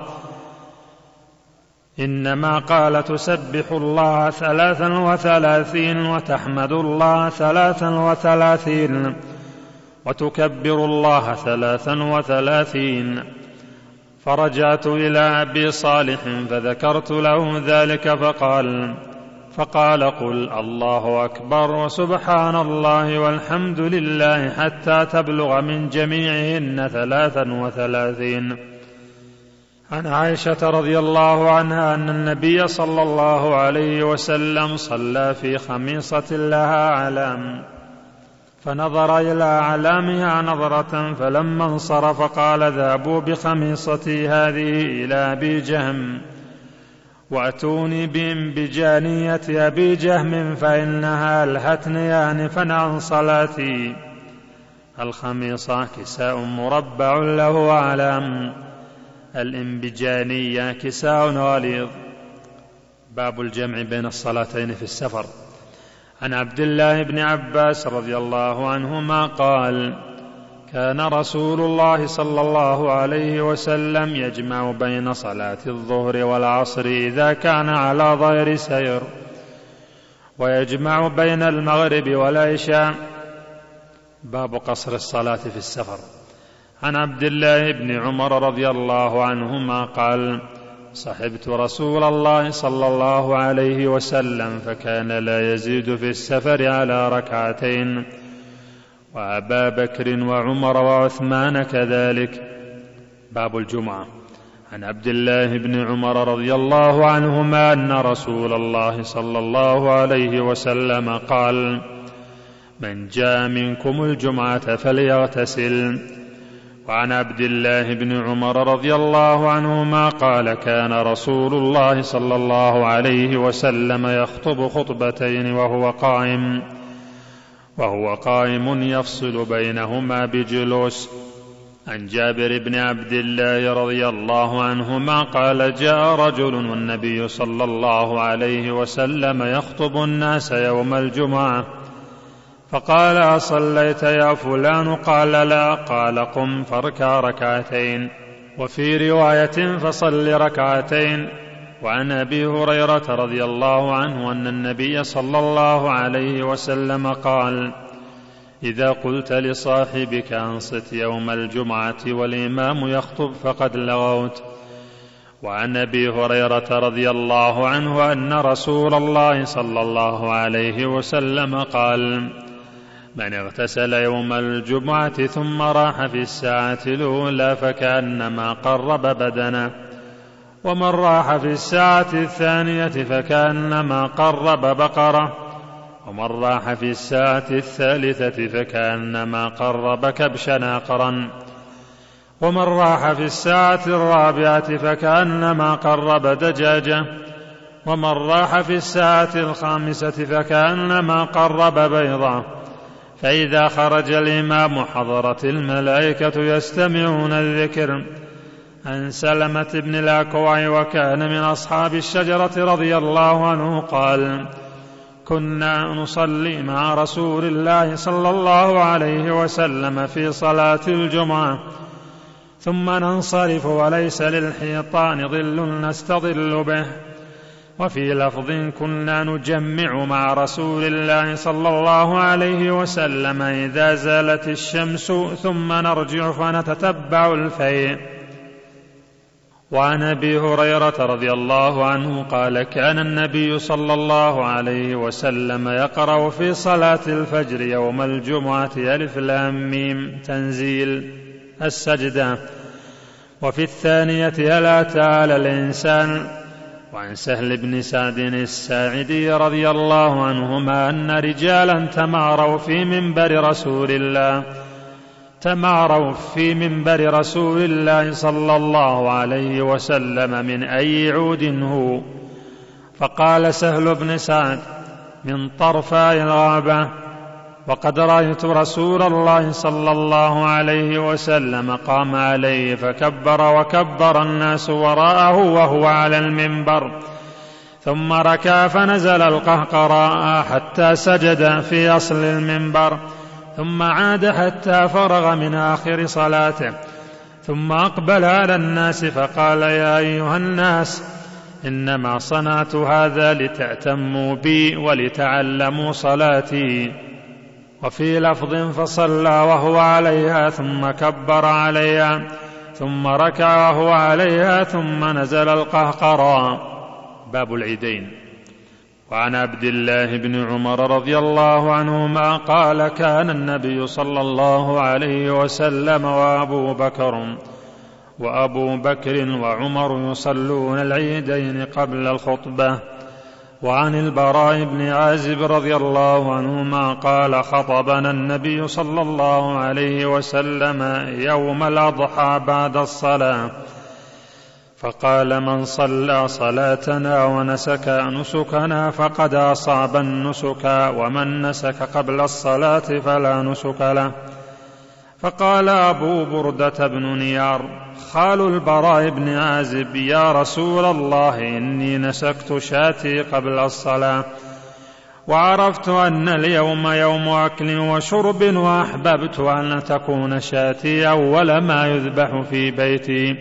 إنما قال تسبح الله ثلاثا وثلاثين وتحمد الله ثلاثا وثلاثين وتكبر الله ثلاثا وثلاثين. فرجعت إلى أبي صالح فذكرت له ذلك فقال فقال قل الله أكبر وسبحان الله والحمد لله حتى تبلغ من جميعهن ثلاثا وثلاثين. عن عائشة رضي الله عنها أن النبي صلى الله عليه وسلم صلى في خميصة لها علام فنظر إلى أعلامها نظرة فلما انصرف قال ذهبوا بخميصتي هذه إلى أبي جهم وأتوني بإنبجانية أبي جهم فإنها ألهتني آنفا عن صلاتي. الخميصة كساء مربع له أعلام، الإنبجانية كساء غليظ. باب الجمع بين الصلاتين في السفر. عن عبد الله بن عباس رضي الله عنهما قال كان رسول الله صلى الله عليه وسلم يجمع بين صلاة الظهر والعصر إذا كان على ظهر سير ويجمع بين المغرب والعشاء. باب قصر الصلاة في السفر. عن عبد الله بن عمر رضي الله عنهما قال صحبت رسول الله صلى الله عليه وسلم فكان لا يزيد في السفر على ركعتين وأبا بكر وعمر وعثمان كذلك. باب الجمعة. عن عبد الله بن عمر رضي الله عنهما أن رسول الله صلى الله عليه وسلم قال من جاء منكم الجمعة فليغتسل. وعن عبد الله بن عمر رضي الله عنهما قال كان رسول الله صلى الله عليه وسلم يخطب خطبتين وهو قائم وهو قائم يفصل بينهما بجلوس. عن جابر بن عبد الله رضي الله عنهما قال جاء رجل والنبي صلى الله عليه وسلم يخطب الناس يوم الجمعة فقال أصليت يا فلان؟ قال لا. قال قم فاركع ركعتين. وفي رواية فصل ركعتين. وعن أبي هريرة رضي الله عنه أن النبي صلى الله عليه وسلم قال إذا قلت لصاحبك أنصت يوم الجمعة والإمام يخطب فقد لغوت. وعن أبي هريرة رضي الله عنه أن رسول الله صلى الله عليه وسلم قال: من اغتسل يوم الجمعة ثم راح في الساعة الأولى فكأنما قرب بدنه، ومن راح في الساعة الثانية فكأنما قرب بقرة، ومن راح في الساعة الثالثة فكأنما قرب كبشا آخرا، ومن راح في الساعة الرابعة فكأنما قرب دجاجة، ومن راح في الساعة الخامسة فكأنما قرب بيضة. فإذا خرج الإمام حضرت الملائكة يستمعون الذكر. عن سلمة بن الأكوع وكان من أصحاب الشجرة رضي الله عنه قال: كنا نصلي مع رسول الله صلى الله عليه وسلم في صلاة الجمعة ثم ننصرف وليس للحيطان ظل نستظل به. وفي لفظ: كنا نجمع مع رسول الله صلى الله عليه وسلم إذا زالت الشمس ثم نرجع فنتتبع الفيء. وعن أبي هريرة رضي الله عنه قال: كان النبي صلى الله عليه وسلم يقرأ في صلاة الفجر يوم الجمعة ألف لام ميم تنزيل السجدة، وفي الثانية هل أتى على الإنسان. وعن سهل بن سعد الساعدي رضي الله عنهما أن رجالا تماروا في منبر رسول الله تماروا في منبر رسول الله صلى الله عليه وسلم من أي عود هو، فقال سهل بن سعد: من طرفي الغابة. وقد رأيت رسول الله صلى الله عليه وسلم قام عليه فكبر وكبر الناس وراءه وهو على المنبر، ثم ركع فنزل القهقراء حتى سجد في أصل المنبر، ثم عاد حتى فرغ من آخر صلاته، ثم أقبل على الناس فقال: يا أيها الناس، إنما صنعت هذا لتأتموا بي ولتعلموا صلاتي. وفي لفظ: فصلى وهو عليها ثم كبر عليها ثم ركع وهو عليها ثم نزل القهقرى. باب العيدين. وعن عبد الله بن عمر رضي الله عنهما قال: كان النبي صلى الله عليه وسلم وأبو بكر وأبو بكر وعمر يصلون العيدين قبل الخطبة. وعن البراء بن عازب رضي الله عنهما قال: خطبنا النبي صلى الله عليه وسلم يوم الأضحى بعد الصلاة فقال: من صلى صلاتنا ونسك نسكنا فقد أصاب النسك، ومن نسك قبل الصلاة فلا نسك له. فقال أبو بردة بن نيار خال البراء بن عازب: يا رسول الله، إني نسكت شاتي قبل الصلاة، وعرفت أن اليوم يوم أكل وشرب، وأحببت أن تكون شاتي أول ما يذبح في بيتي،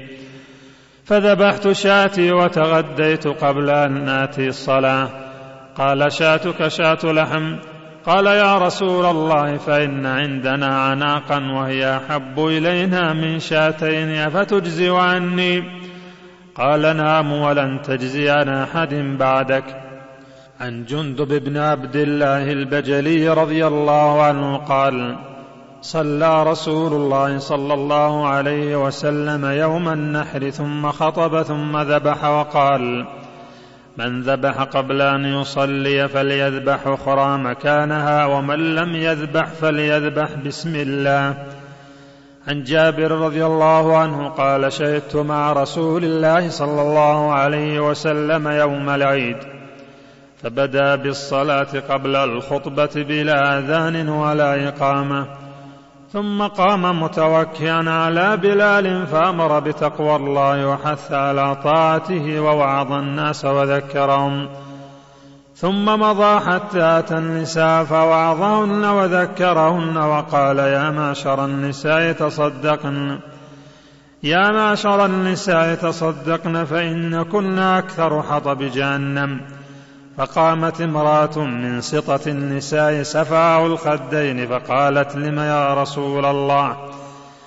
فذبحت شاتي وتغديت قبل أن ناتي الصلاة. قال: شاتك شات لحم. قال: يا رسول الله، فإن عندنا عناقا وهي أحب إلينا من شاتين، أفتجزي عني؟ قال: نعم، ولن تجزي عن أحد بعدك. عن جندب بن عبد الله البجلي رضي الله عنه قال: صلى رسول الله صلى الله عليه وسلم يوم النحر ثم خطب ثم ذبح وقال: من ذبح قبل أن يصلي فليذبح أخرى مكانها، ومن لم يذبح فليذبح بسم الله. عن جابر رضي الله عنه قال: شهدت مع رسول الله صلى الله عليه وسلم يوم العيد، فبدأ بالصلاة قبل الخطبة بلا أذان ولا إقامة، ثم قام متوكئا على بلال فأمر بتقوى الله وحث على طاعته ووعظ الناس وذكرهم، ثم مضى حتى أتى النساء فوعظهن وذكرهن وقال: يا معشر النساء تصدقن يا معشر النساء تصدقن فإن كنا أكثر حطب جهنم. فقامت امرأة من سطة النساء سفاع الخدين فقالت: لم يا رسول الله؟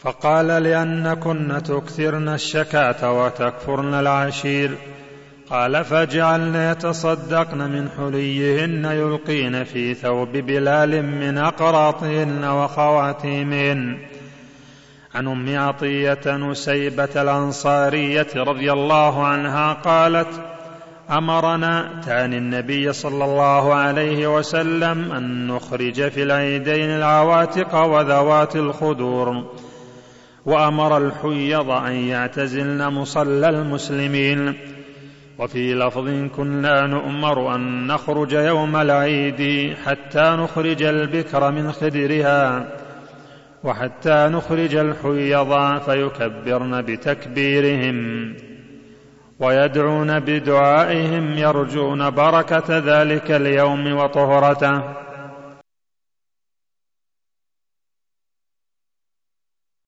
فقال لأنكن تكثرن الشكاة وتكفرن العشير. قال فجعلن يتصدقن من حليهن يلقين في ثوب بلال من أقراطهن وخواتيمهن. عن أم عطية نسيبة الأنصارية رضي الله عنها قالت أمرنا تاني النبي صلى الله عليه وسلم أن نخرج في العيدين العواتق وذوات الخدور، وأمر الحيض أن يعتزلن مصلى المسلمين. وفي لفظ كنا نؤمر أن نخرج يوم العيد حتى نخرج البكر من خدرها وحتى نخرج الحيض فيكبرن بتكبيرهم ويدعون بدعائهم يرجون بركة ذلك اليوم وطهرته.